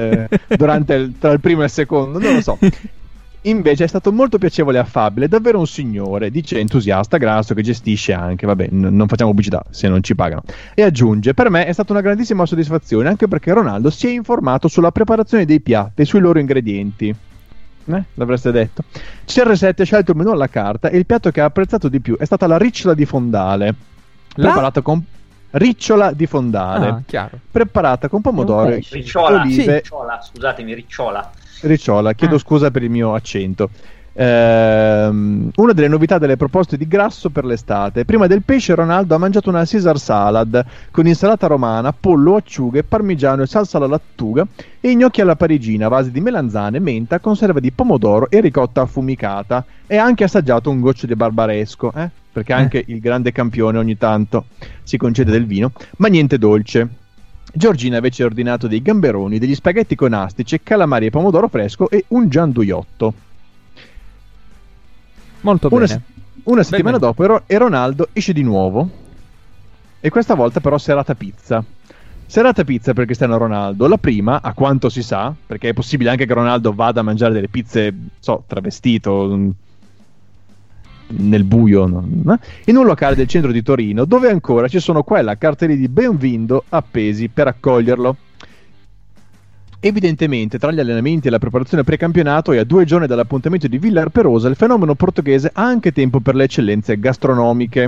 il primo e il secondo? Non lo so. Invece è stato molto piacevole e affabile, davvero un signore, dice entusiasta Grasso, che gestisce anche, vabbè, non facciamo pubblicità se non ci pagano. E aggiunge, per me è stata una grandissima soddisfazione, anche perché Ronaldo si è informato sulla preparazione dei piatti e sui loro ingredienti. L'avreste detto. CR7 ha scelto il menù alla carta e il piatto che ha apprezzato di più è stata la ricciola di fondale, preparata con ricciola di fondale, chiaro. Preparata con pomodoro, olive, ricciola, chiedo scusa per il mio accento. Una delle novità delle proposte di Grasso per l'estate: prima del pesce Ronaldo ha mangiato una Caesar salad con insalata romana, pollo, acciughe, parmigiano e salsa alla lattuga e gnocchi alla parigina, vasi di melanzane, menta, conserva di pomodoro e ricotta affumicata, e ha anche assaggiato un goccio di barbaresco, perché anche il grande campione ogni tanto si concede del vino, ma niente dolce. Giorgina invece ha ordinato dei gamberoni, degli spaghetti con astice, calamari e pomodoro fresco e un gianduiotto. Molto bene. Una settimana dopo e Ronaldo esce di nuovo. e questa volta però serata pizza. Serata pizza per Cristiano Ronaldo, la prima, a quanto si sa, perché è possibile anche che Ronaldo vada a mangiare delle pizze, travestito, nel buio, no? In un locale del centro di Torino, dove ancora ci sono qua e là cartelli di Benvindo appesi per accoglierlo. Evidentemente, tra gli allenamenti e la preparazione precampionato e a 2 giorni dall'appuntamento di Villar Perosa, il fenomeno portoghese ha anche tempo per le eccellenze gastronomiche.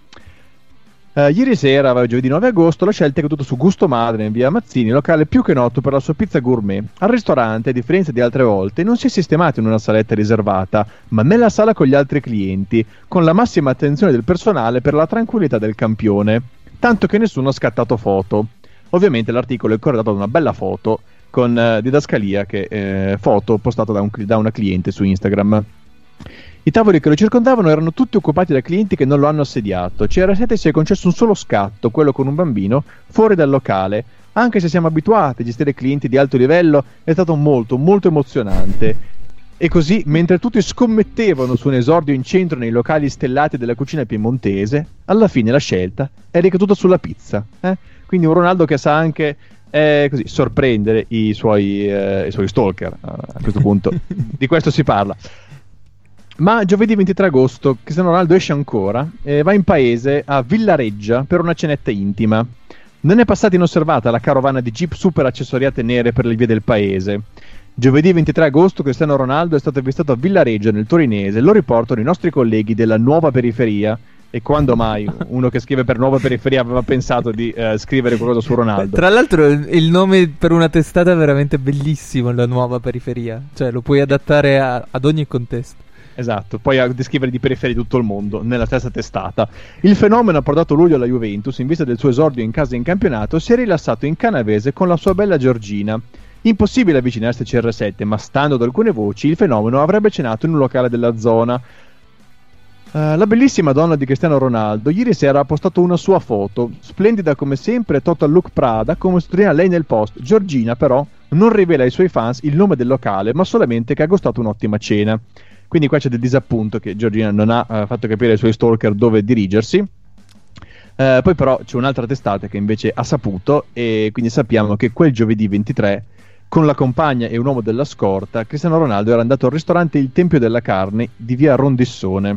Ieri sera, giovedì 9 agosto, la scelta è caduta su Gusto Madre in via Mazzini, locale più che noto per la sua pizza gourmet. Al ristorante, a differenza di altre volte, non si è sistemato in una saletta riservata, ma nella sala con gli altri clienti, con la massima attenzione del personale per la tranquillità del campione, tanto che nessuno ha scattato foto. Ovviamente l'articolo è corredato da una bella foto con didascalia, che foto postata da una cliente su Instagram. I tavoli che lo circondavano erano tutti occupati da clienti che non lo hanno assediato. CR7 si è concesso un solo scatto, quello con un bambino, fuori dal locale. Anche se siamo abituati a gestire clienti di alto livello, è stato molto, molto emozionante. E così, mentre tutti scommettevano su un esordio in centro nei locali stellati della cucina piemontese, alla fine la scelta è ricaduta sulla pizza. Quindi un Ronaldo che sa anche così sorprendere i suoi stalker, a questo punto. Di questo si parla. Ma giovedì 23 agosto Cristiano Ronaldo esce ancora e va in paese a Villareggia per una cenetta intima. Non è passata inosservata la carovana di jeep super accessoriate nere per le vie del paese. Giovedì 23 agosto Cristiano Ronaldo è stato avvistato a Villareggio nel torinese, lo riportano i nostri colleghi della Nuova Periferia. E quando mai uno che scrive per Nuova Periferia aveva pensato di scrivere qualcosa su Ronaldo? Tra l'altro il nome per una testata è veramente bellissimo, la Nuova Periferia. Cioè lo puoi adattare ad ogni contesto. Esatto, poi a descrivere di periferie di tutto il mondo nella stessa testata. Il fenomeno ha portato luglio alla Juventus, in vista del suo esordio in casa in campionato, si è rilassato in canavese con la sua bella Giorgina. Impossibile avvicinarsi a CR7, ma stando ad alcune voci il fenomeno avrebbe cenato in un locale della zona. La bellissima donna di Cristiano Ronaldo ieri sera ha postato una sua foto, splendida come sempre, total look Prada, come sottolinea lei nel post. Giorgina però non rivela ai suoi fans il nome del locale, ma solamente che ha gustato un'ottima cena. Quindi qua c'è del disappunto che Giorgina non ha fatto capire ai suoi stalker dove dirigersi. Poi però c'è un'altra testata che invece ha saputo, e quindi sappiamo che quel giovedì 23, con la compagna e un uomo della scorta, Cristiano Ronaldo era andato al ristorante Il Tempio della Carne di via Rondissone.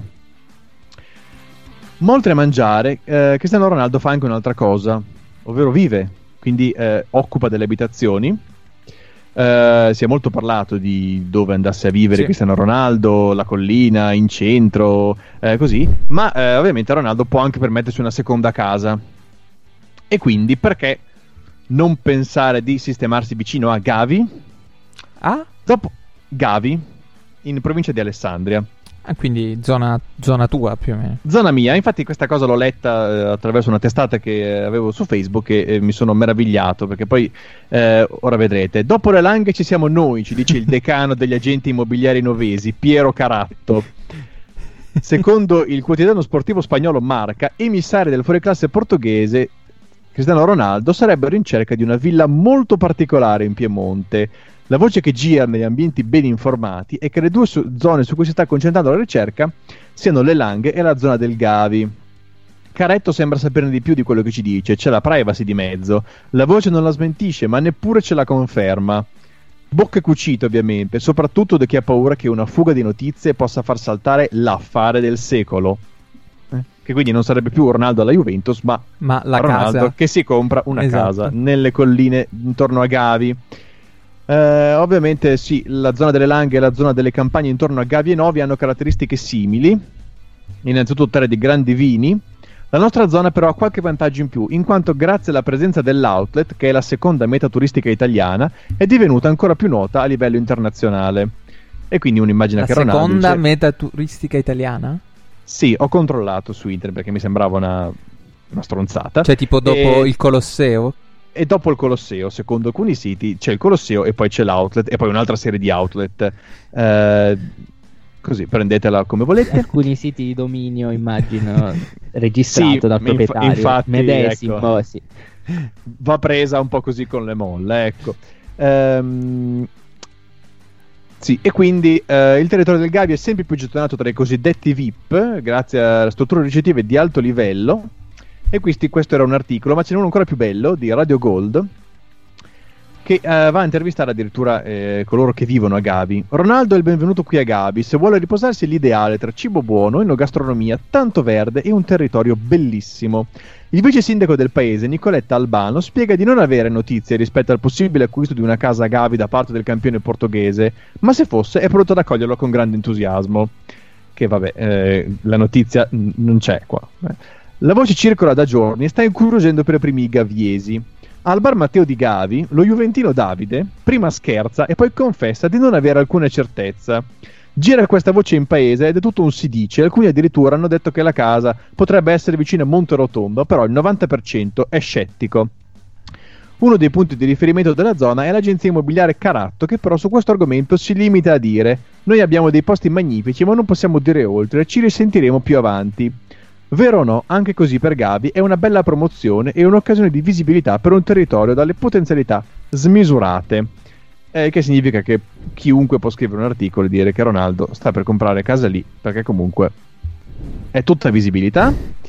Ma oltre a mangiare, Cristiano Ronaldo fa anche un'altra cosa, ovvero vive, quindi occupa delle abitazioni. Si è molto parlato di dove andasse a vivere Cristiano Ronaldo, la collina, in centro, così, ma ovviamente Ronaldo può anche permettersi una seconda casa. E quindi perché non pensare di sistemarsi vicino a Gavi? Dopo Gavi, in provincia di Alessandria. Quindi zona tua più o meno. Zona mia, infatti questa cosa l'ho letta attraverso una testata che avevo su Facebook e mi sono meravigliato, perché poi ora vedrete. Dopo le Langhe ci siamo noi, ci dice il decano degli agenti immobiliari novesi, Piero Caratto. Secondo il quotidiano sportivo spagnolo Marca, emissari del fuoriclasse portoghese, Cristiano Ronaldo sarebbero in cerca di una villa molto particolare in Piemonte. La voce che gira negli ambienti ben informati è che le due zone su cui si sta concentrando la ricerca siano le Langhe e la zona del Gavi. Caretto sembra saperne di più di quello che ci dice, c'è la privacy di mezzo. La voce non la smentisce, ma neppure ce la conferma. Bocche cucite, ovviamente, soprattutto da chi ha paura che una fuga di notizie possa far saltare l'affare del secolo. Che quindi non sarebbe più Ronaldo alla Juventus, ma la Ronaldo casa che si compra una casa nelle colline intorno a Gavi. Ovviamente sì, la zona delle Langhe e la zona delle campagne intorno a Gavi e Novi hanno caratteristiche simili, innanzitutto terre di grandi vini. La nostra zona però ha qualche vantaggio in più, in quanto grazie alla presenza dell'outlet, che è la seconda meta turistica italiana, è divenuta ancora più nota a livello internazionale. E quindi un'immagine che Ronaldo la seconda meta turistica italiana? Sì, ho controllato su internet perché mi sembrava una stronzata. Cioè tipo dopo il Colosseo? E dopo il Colosseo, secondo alcuni siti, c'è il Colosseo e poi c'è l'outlet e poi un'altra serie di outlet. Così, prendetela come volete. Alcuni siti di dominio, immagino, registrato dal proprietario. Infatti, medesimo, ecco, sì. Va presa un po' così con le molle, ecco. Sì, e quindi il territorio del Gavi è sempre più gettonato tra i cosiddetti VIP, grazie a strutture ricettive di alto livello. E questo era un articolo, ma ce n'è uno ancora più bello di Radio Gold, che va a intervistare addirittura coloro che vivono a Gavi. Ronaldo è il benvenuto qui a Gavi. Se vuole riposarsi è l'ideale tra cibo buono, enogastronomia, tanto verde e un territorio bellissimo. Il vice sindaco del paese, Nicoletta Albano, spiega di non avere notizie rispetto al possibile acquisto di una casa a Gavi da parte del campione portoghese, ma se fosse è pronto ad accoglierlo con grande entusiasmo. Che vabbè, la notizia non c'è qua. La voce circola da giorni e sta incuriosendo per i primi gaviesi. Al bar Matteo di Gavi, lo juventino Davide prima scherza e poi confessa di non avere alcuna certezza. Gira questa voce in paese ed è tutto un si dice. Alcuni addirittura hanno detto che la casa potrebbe essere vicina a Monterotondo, però il 90% è scettico. Uno dei punti di riferimento della zona è l'agenzia immobiliare Caratto, che però su questo argomento si limita a dire: noi abbiamo dei posti magnifici ma non possiamo dire oltre, ci risentiremo più avanti. Vero o no, anche così per Gavi è una bella promozione e un'occasione di visibilità per un territorio dalle potenzialità smisurate. Che significa che chiunque può scrivere un articolo e dire che Ronaldo sta per comprare casa lì, perché comunque è tutta visibilità.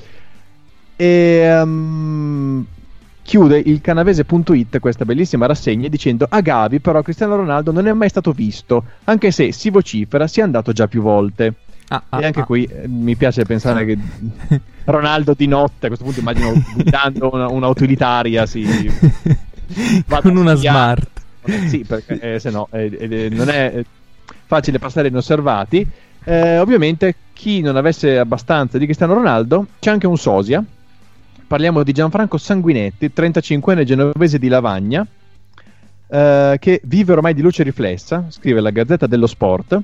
E chiude il canavese.it questa bellissima rassegna dicendo: a Gavi però Cristiano Ronaldo non è mai stato visto, anche se si vocifera sia andato già più volte. E anche qui mi piace pensare che Ronaldo di notte, a questo punto immagino guidando un'auto utilitaria con una smart. Sì, perché se no non è facile passare inosservati. Ovviamente chi non avesse abbastanza di Cristiano Ronaldo, c'è anche un sosia. Parliamo di Gianfranco Sanguinetti, 35enne genovese di Lavagna, che vive ormai di luce riflessa, scrive la Gazzetta dello Sport.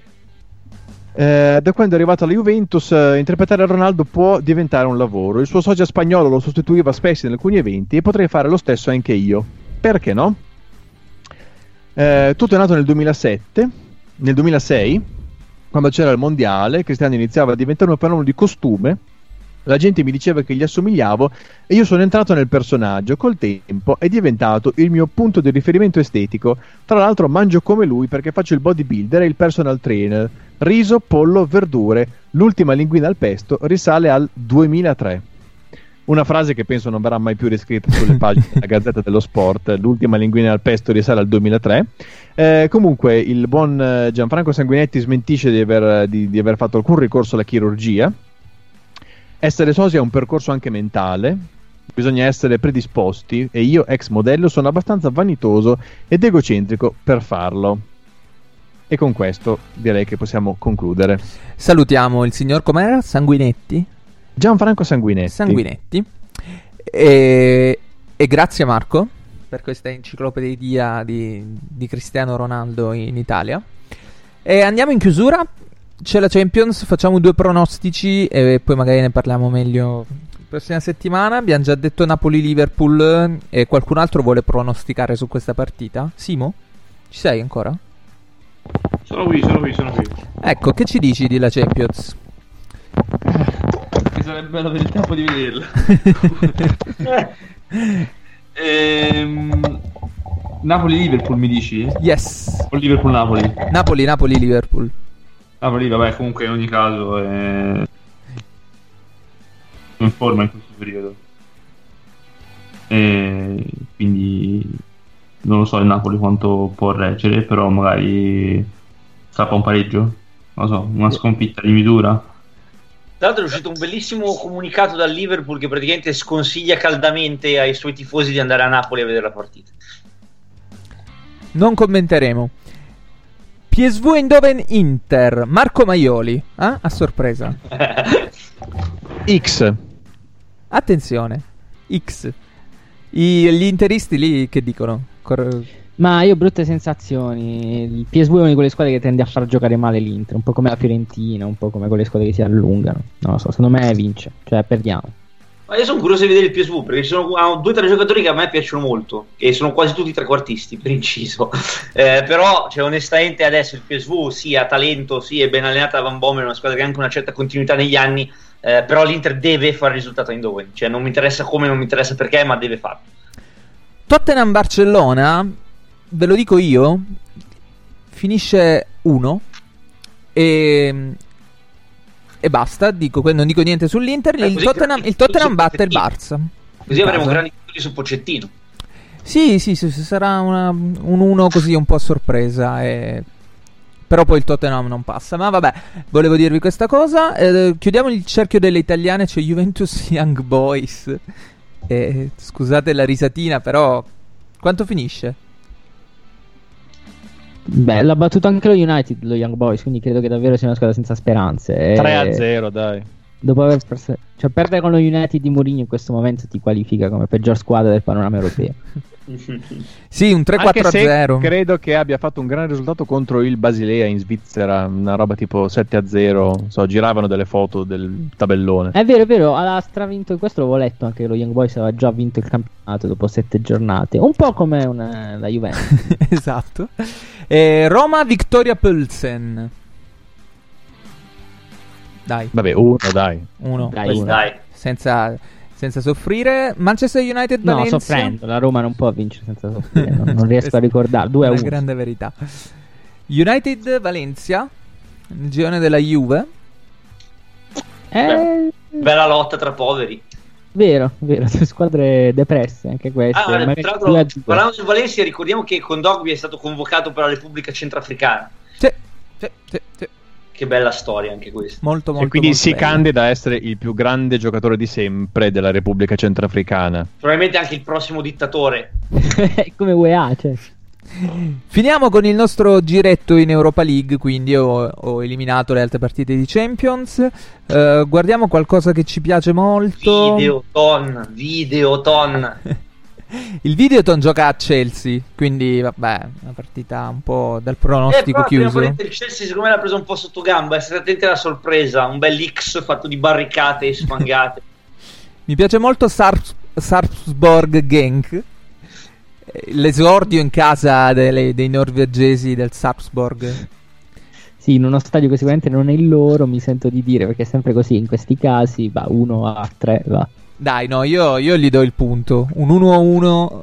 Da quando è arrivato alla Juventus, interpretare Ronaldo può diventare un lavoro. Il suo socio spagnolo lo sostituiva spesso in alcuni eventi e potrei fare lo stesso anche io. Perché no? Tutto è nato nel 2007, nel 2006, quando c'era il mondiale. Cristiano iniziava a diventare un fenomeno di costume. La gente mi diceva che gli assomigliavo e io sono entrato nel personaggio. Col tempo è diventato il mio punto di riferimento estetico. Tra l'altro mangio come lui perché faccio il bodybuilder e il personal trainer. Riso, pollo, verdure. L'ultima linguina al pesto risale al 2003. Una frase che penso non verrà mai più riscritta sulle pagine della Gazzetta dello Sport. L'ultima linguina al pesto risale al 2003. Comunque il buon Gianfranco Sanguinetti smentisce di aver fatto alcun ricorso alla chirurgia. Essere sosia è un percorso anche mentale, bisogna essere predisposti e io, ex modello, sono abbastanza vanitoso ed egocentrico per farlo. E con questo direi che possiamo concludere. Salutiamo il signor, com'era? Sanguinetti? Gianfranco Sanguinetti. E grazie Marco per questa enciclopedia di Cristiano Ronaldo in Italia. E andiamo in chiusura. C'è la Champions, facciamo 2 pronostici e poi magari ne parliamo meglio la prossima settimana. Abbiamo già detto Napoli-Liverpool e qualcun altro vuole pronosticare su questa partita? Simo? Ci sei ancora? Sono qui. Ecco, che ci dici della Champions? Che sarebbe bello avere il tempo di vederla. Napoli-Liverpool mi dici? Yes. O Liverpool-Napoli? Napoli-Liverpool. Napoli, vabbè, comunque in ogni caso è in forma in questo periodo. E quindi non lo so il Napoli quanto può reggere, però magari scappa un pareggio, non lo so, una sconfitta di misura. Tra l'altro è uscito un bellissimo comunicato dal Liverpool che praticamente sconsiglia caldamente ai suoi tifosi di andare a Napoli a vedere la partita. Non commenteremo. PSV Eindhoven Inter, Marco Maioli, a sorpresa. X. Attenzione, X. Gli interisti lì che dicono? Ma io ho brutte sensazioni. Il PSV è una di quelle squadre che tende a far giocare male l'Inter, un po' come la Fiorentina, un po' come quelle squadre che si allungano. Non lo so, secondo me vince, cioè perdiamo. Ma io sono curioso di vedere il PSV perché ci sono 2 o 3 giocatori che a me piacciono molto e sono quasi tutti trequartisti, per inciso. Però, cioè, onestamente, adesso il PSV sì, ha talento, sì, è ben allenata da Van Bommel, è una squadra che ha anche una certa continuità negli anni. Però l'Inter deve fare il risultato a Eindhoven, cioè non mi interessa come, non mi interessa perché, ma deve farlo. Tottenham-Barcellona, ve lo dico io, finisce 1 e E basta, non dico niente sull'Inter. Il Tottenham batte il Barça. Così avremo grandi titoli su Pochettino. Sì, sarà un 1 così un po' a sorpresa. Però poi il Tottenham non passa. Ma vabbè, volevo dirvi questa cosa. Chiudiamo il cerchio delle italiane. C'è Juventus Young Boys. Scusate la risatina, però quanto finisce? Beh, l'ha battuto anche lo United, lo Young Boys, quindi credo che davvero sia una squadra senza speranze. 3-0, dai. Dopo aver perdere con lo United di Mourinho in questo momento ti qualifica come peggior squadra del panorama europeo. Sì, un 3-4-0. Credo che abbia fatto un gran risultato contro il Basilea in Svizzera, una roba tipo 7-0. Giravano delle foto del tabellone. È vero, ha stravinto. In questo l'avevo letto anche che lo Young Boys aveva già vinto il campionato dopo 7 giornate. Un po' come la Juventus. Esatto. Roma Victoria Pilsen. Dai. Vabbè, uno. Dai. Senza soffrire. Manchester United Valencia. No, soffrendo. La Roma non può vincere senza soffrire. non riesco a ricordare. 2-1. Una grande verità. United Valencia, il girone della Juve. Bella lotta tra poveri. Vero, due squadre depresse anche queste. Tra l'altro, parlando del Valencia, ricordiamo che Kondogbia è stato convocato per la Repubblica Centrafricana. Sì. Che bella storia anche questa. Molto e quindi molto si bella. candida a essere il più grande giocatore di sempre della Repubblica Centrafricana. Probabilmente anche il prossimo dittatore. Come UEA, cioè. Finiamo con il nostro giretto in Europa League, quindi ho eliminato le altre partite di Champions. Guardiamo qualcosa che ci piace molto. Videoton. Il Videoton gioca a Chelsea, quindi vabbè, una partita un po' dal pronostico chiuso. Il Chelsea secondo me l'ha preso un po' sotto gamba, state attenti alla sorpresa, un bel X fatto di barricate e sfangate. Mi piace molto Sarpsborg Genk, l'esordio in casa dei norvegesi del Sarpsborg. Sì, in uno stadio che sicuramente non è il loro, mi sento di dire, perché è sempre così in questi casi, va 1-3, va. Dai, no, io gli do il punto. Un 1-1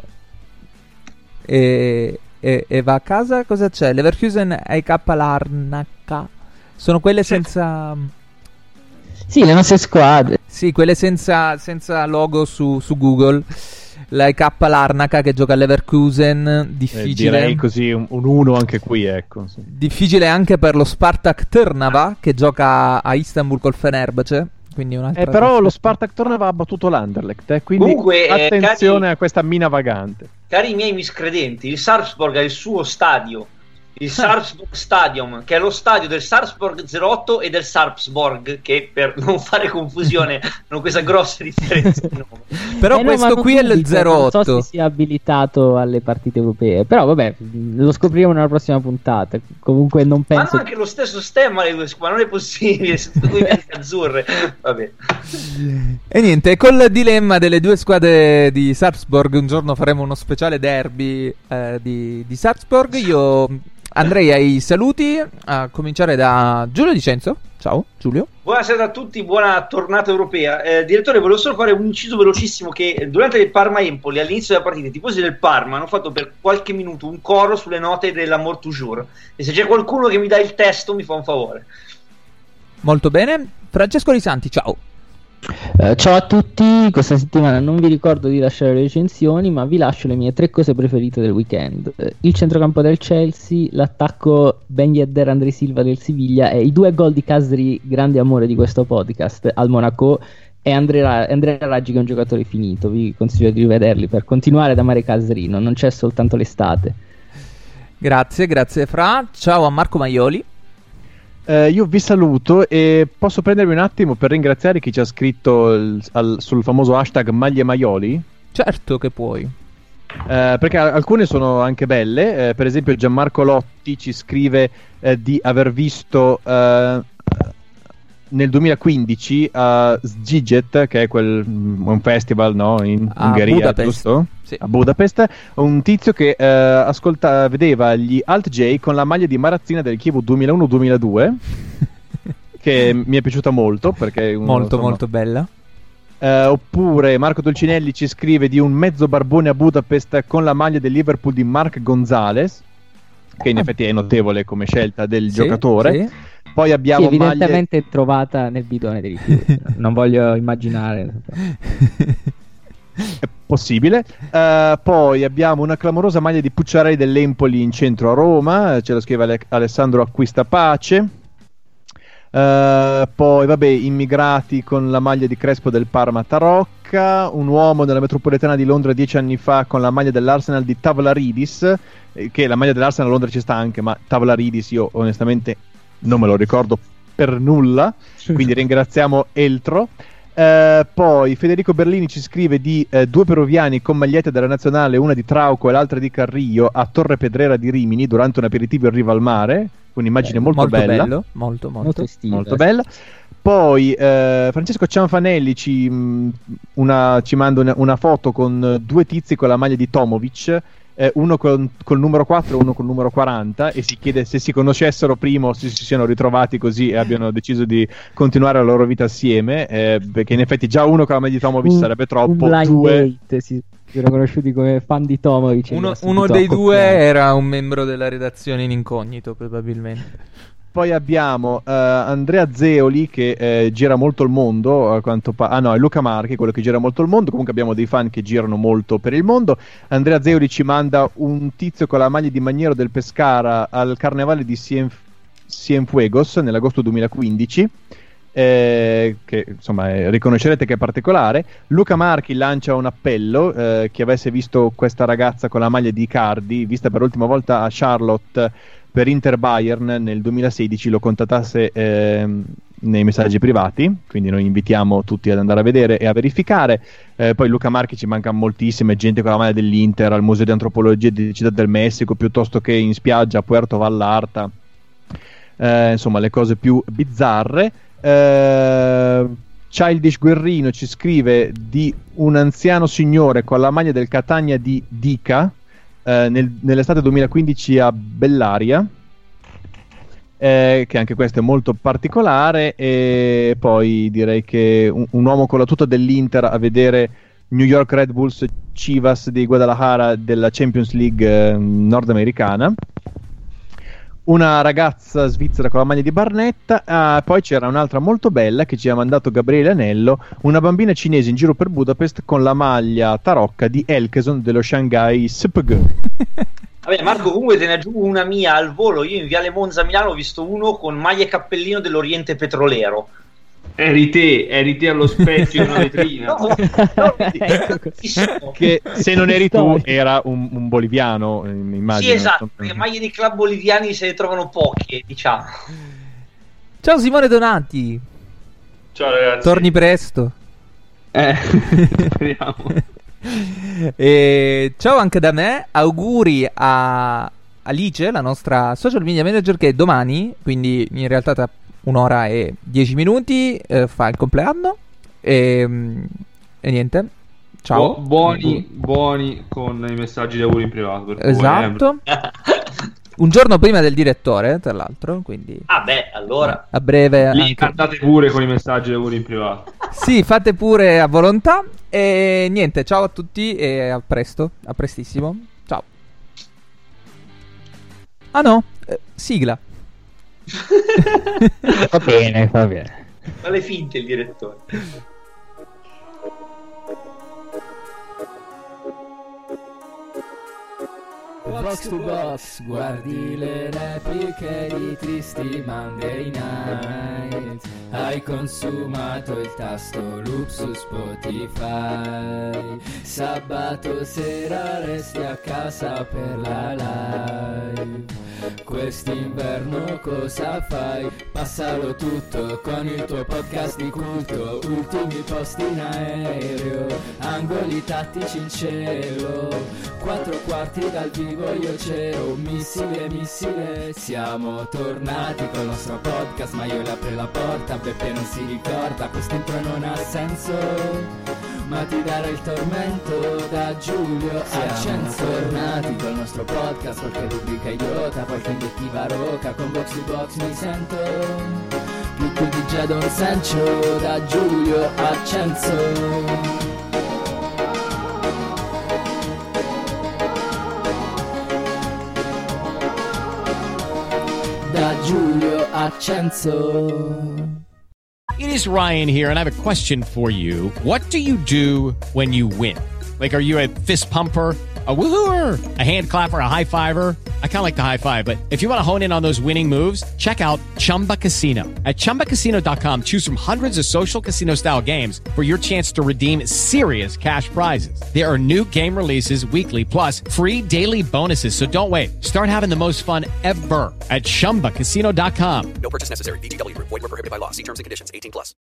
e va a casa. Cosa c'è? Leverkusen AEK Larnaca. Sono quelle senza... Sì, le nostre squadre. Sì, quelle senza logo su Google. L'AEK Larnaca che gioca a Leverkusen. Difficile. Direi così un 1 anche qui, ecco. Sì. Difficile anche per lo Spartak Trnava che gioca a Istanbul col Fenerbahce. Però lo Spartak Trnava ha battuto l'Anderlecht, quindi comunque, attenzione a questa mina vagante. Cari miei miscredenti, il Sarpsborg ha il suo stadio, il Sarpsborg Stadium, che è lo stadio del Sarpsborg 08 e del Sarpsborg, che per non fare confusione hanno questa grossa differenza di nome. Però questo qui è il 08. Non so se sia abilitato alle partite europee, però vabbè, lo scopriremo nella prossima puntata. Comunque non penso. Ma hanno anche lo stesso stemma le due squadre, non è possibile, sono due bianche azzurre. Vabbè. E niente, col dilemma delle due squadre di Sarpsborg, un giorno faremo uno speciale derby di Sarpsborg. Io andrei ai saluti, a cominciare da Giulio Dicenzo. Ciao Giulio. Buonasera a tutti, buona tornata europea. Direttore, volevo solo fare un inciso velocissimo che durante il Parma-Empoli, all'inizio della partita, i tifosi del Parma hanno fatto per qualche minuto un coro sulle note dell'Amour Toujours. E se c'è qualcuno che mi dà il testo mi fa un favore. Molto bene. Francesco Risanti, ciao. Ciao a tutti, questa settimana non vi ricordo di lasciare le recensioni, ma vi lascio le mie 3 cose preferite del weekend: il centrocampo del Chelsea, l'attacco Ben Yedder André Silva del Siviglia e i 2 gol di Casri, grande amore di questo podcast, al Monaco, e Andrea Raggi che è un giocatore finito. Vi consiglio di rivederli per continuare ad amare Casri, non c'è soltanto l'estate. Grazie Fra. Ciao a Marco Maioli. Io vi saluto e posso prendermi un attimo per ringraziare chi ci ha scritto sul famoso hashtag Maglie Maioli? Certo che puoi. Perché alcune sono anche belle, per esempio Gianmarco Lotti ci scrive di aver visto nel 2015 a Sziget, che è un festival, no, in Ungheria, Budapest. Giusto? Sì. A Budapest, un tizio che vedeva gli Alt J con la maglia di Marazzina del Chievo 2001-2002 che mi è piaciuta molto perché molto bella. Oppure Marco Dolcinelli ci scrive di un mezzo barbone a Budapest con la maglia del Liverpool di Marc Gonzalez, che in effetti è notevole come scelta del giocatore. Sì. Poi abbiamo sì, evidentemente trovata nel bidone dei rifiuti. Non voglio immaginare. È possibile. Poi abbiamo una clamorosa maglia di Pucciarelli dell'Empoli in centro a Roma, ce lo scrive Alessandro Acquista Pace. Poi vabbè, immigrati con la maglia di Crespo del Parma Tarocca, un uomo della metropolitana di Londra 10 anni fa con la maglia dell'Arsenal di Tavlaridis, che la maglia dell'Arsenal a Londra ci sta anche, ma Tavlaridis io onestamente non me lo ricordo per nulla, quindi ringraziamo Eltro. Poi Federico Berlini ci scrive di 2 peruviani con magliette della nazionale, una di Trauco e l'altra di Carrillo, a Torre Pedrera di Rimini durante un aperitivo in riva al mare. Un'immagine molto bella, bello, molto estiva, molto bella. Poi Francesco Cianfanelli ci manda una foto con 2 tizi con la maglia di Tomovic, uno col numero 4 e uno col numero 40, e si chiede se si conoscessero prima o se si siano ritrovati così e abbiano deciso di continuare la loro vita assieme, perché in effetti già uno con la maglia di Tomovic sarebbe troppo, un due date, si erano conosciuti come fan di Tomovic. Uno dei due era un membro della redazione in incognito, probabilmente. Poi abbiamo Andrea Zeoli che gira molto il mondo, a quanto no, è Luca Marchi quello che gira molto il mondo. Comunque abbiamo dei fan che girano molto per il mondo. Andrea Zeoli ci manda un tizio con la maglia di Maniero del Pescara al carnevale di Cienfuegos nell'agosto 2015, che insomma riconoscerete che è particolare. Luca Marchi lancia un appello: chi avesse visto questa ragazza con la maglia di Icardi vista per l'ultima volta a Charlotte per Inter Bayern nel 2016 lo contattasse nei messaggi privati, quindi noi invitiamo tutti ad andare a vedere e a verificare. Poi Luca Marchi ci manca moltissime, gente con la maglia dell'Inter al Museo di Antropologia di Città del Messico piuttosto che in spiaggia a Puerto Vallarta, insomma le cose più bizzarre. Childish Guerrino ci scrive di un anziano signore con la maglia del Catania di Dica nell'estate 2015 a Bellaria, che anche questo è molto particolare. E poi direi che un uomo con la tuta dell'Inter a vedere New York Red Bulls Chivas di Guadalajara della Champions League nordamericana, una ragazza svizzera con la maglia di Barnetta. Poi c'era un'altra molto bella che ci ha mandato Gabriele Anello, una bambina cinese in giro per Budapest con la maglia tarocca di Elkeson dello Shanghai SPG. Vabbè, Marco, comunque te ne aggiungo una mia al volo. Io in Viale Monza a Milano ho visto uno con maglia e cappellino dell'Oriente Petrolero. Eri te allo specchio in una vetrina. Che se non eri tu era un boliviano, immagino. Sì, esatto, perché maglie di club boliviani se ne trovano poche, diciamo. Ciao Simone Donati. Ciao ragazzi. Torni presto. Speriamo. E ciao anche da me, auguri a Alice, la nostra social media manager, che domani, quindi in realtà tra 1 ora e 10 minuti, fa il compleanno. E niente, ciao. Buoni con i messaggi di auguri in privato, per esatto. Un giorno prima del direttore, tra l'altro, quindi allora a breve lì anche... cantate pure con i messaggi di auguri in privato. Sì, fate pure a volontà. E niente, ciao a tutti e a presto, a prestissimo. Ciao. Ah no, sigla. Va bene. Fa le finte il direttore. Box to box, guardi le repliche di tristi Monday night. Hai consumato il tasto loop su Spotify. Sabato sera resti a casa per la live. Quest'inverno cosa fai? Passalo tutto con il tuo podcast di culto. Ultimi posti in aereo, angoli tattici in cielo, 4 quarti dal vivo io c'ero, missile. Siamo tornati col nostro podcast, ma io le apro la porta, Beppe non si ricorda, questo intro non ha senso, ma ti darò il tormento da Giulio Accenzo. Siamo tornati col nostro podcast, qualche rubrica idiota, qualche invettiva roca, con box to box mi sento più più di Jadon Sancho da Giulio Accenzo. da Giulio Accenzo. It is Ryan here, and I have a question for you. What do you do when you win? Like, are you a fist pumper, a woohooer, a hand clapper, a high fiver? I kind of like the high five, but if you want to hone in on those winning moves, check out Chumba Casino. At ChumbaCasino.com, choose from hundreds of social casino-style games for your chance to redeem serious cash prizes. There are new game releases weekly, plus free daily bonuses, so don't wait. Start having the most fun ever at ChumbaCasino.com. No purchase necessary. VGW Group. Void where prohibited by law. See terms and conditions. 18+.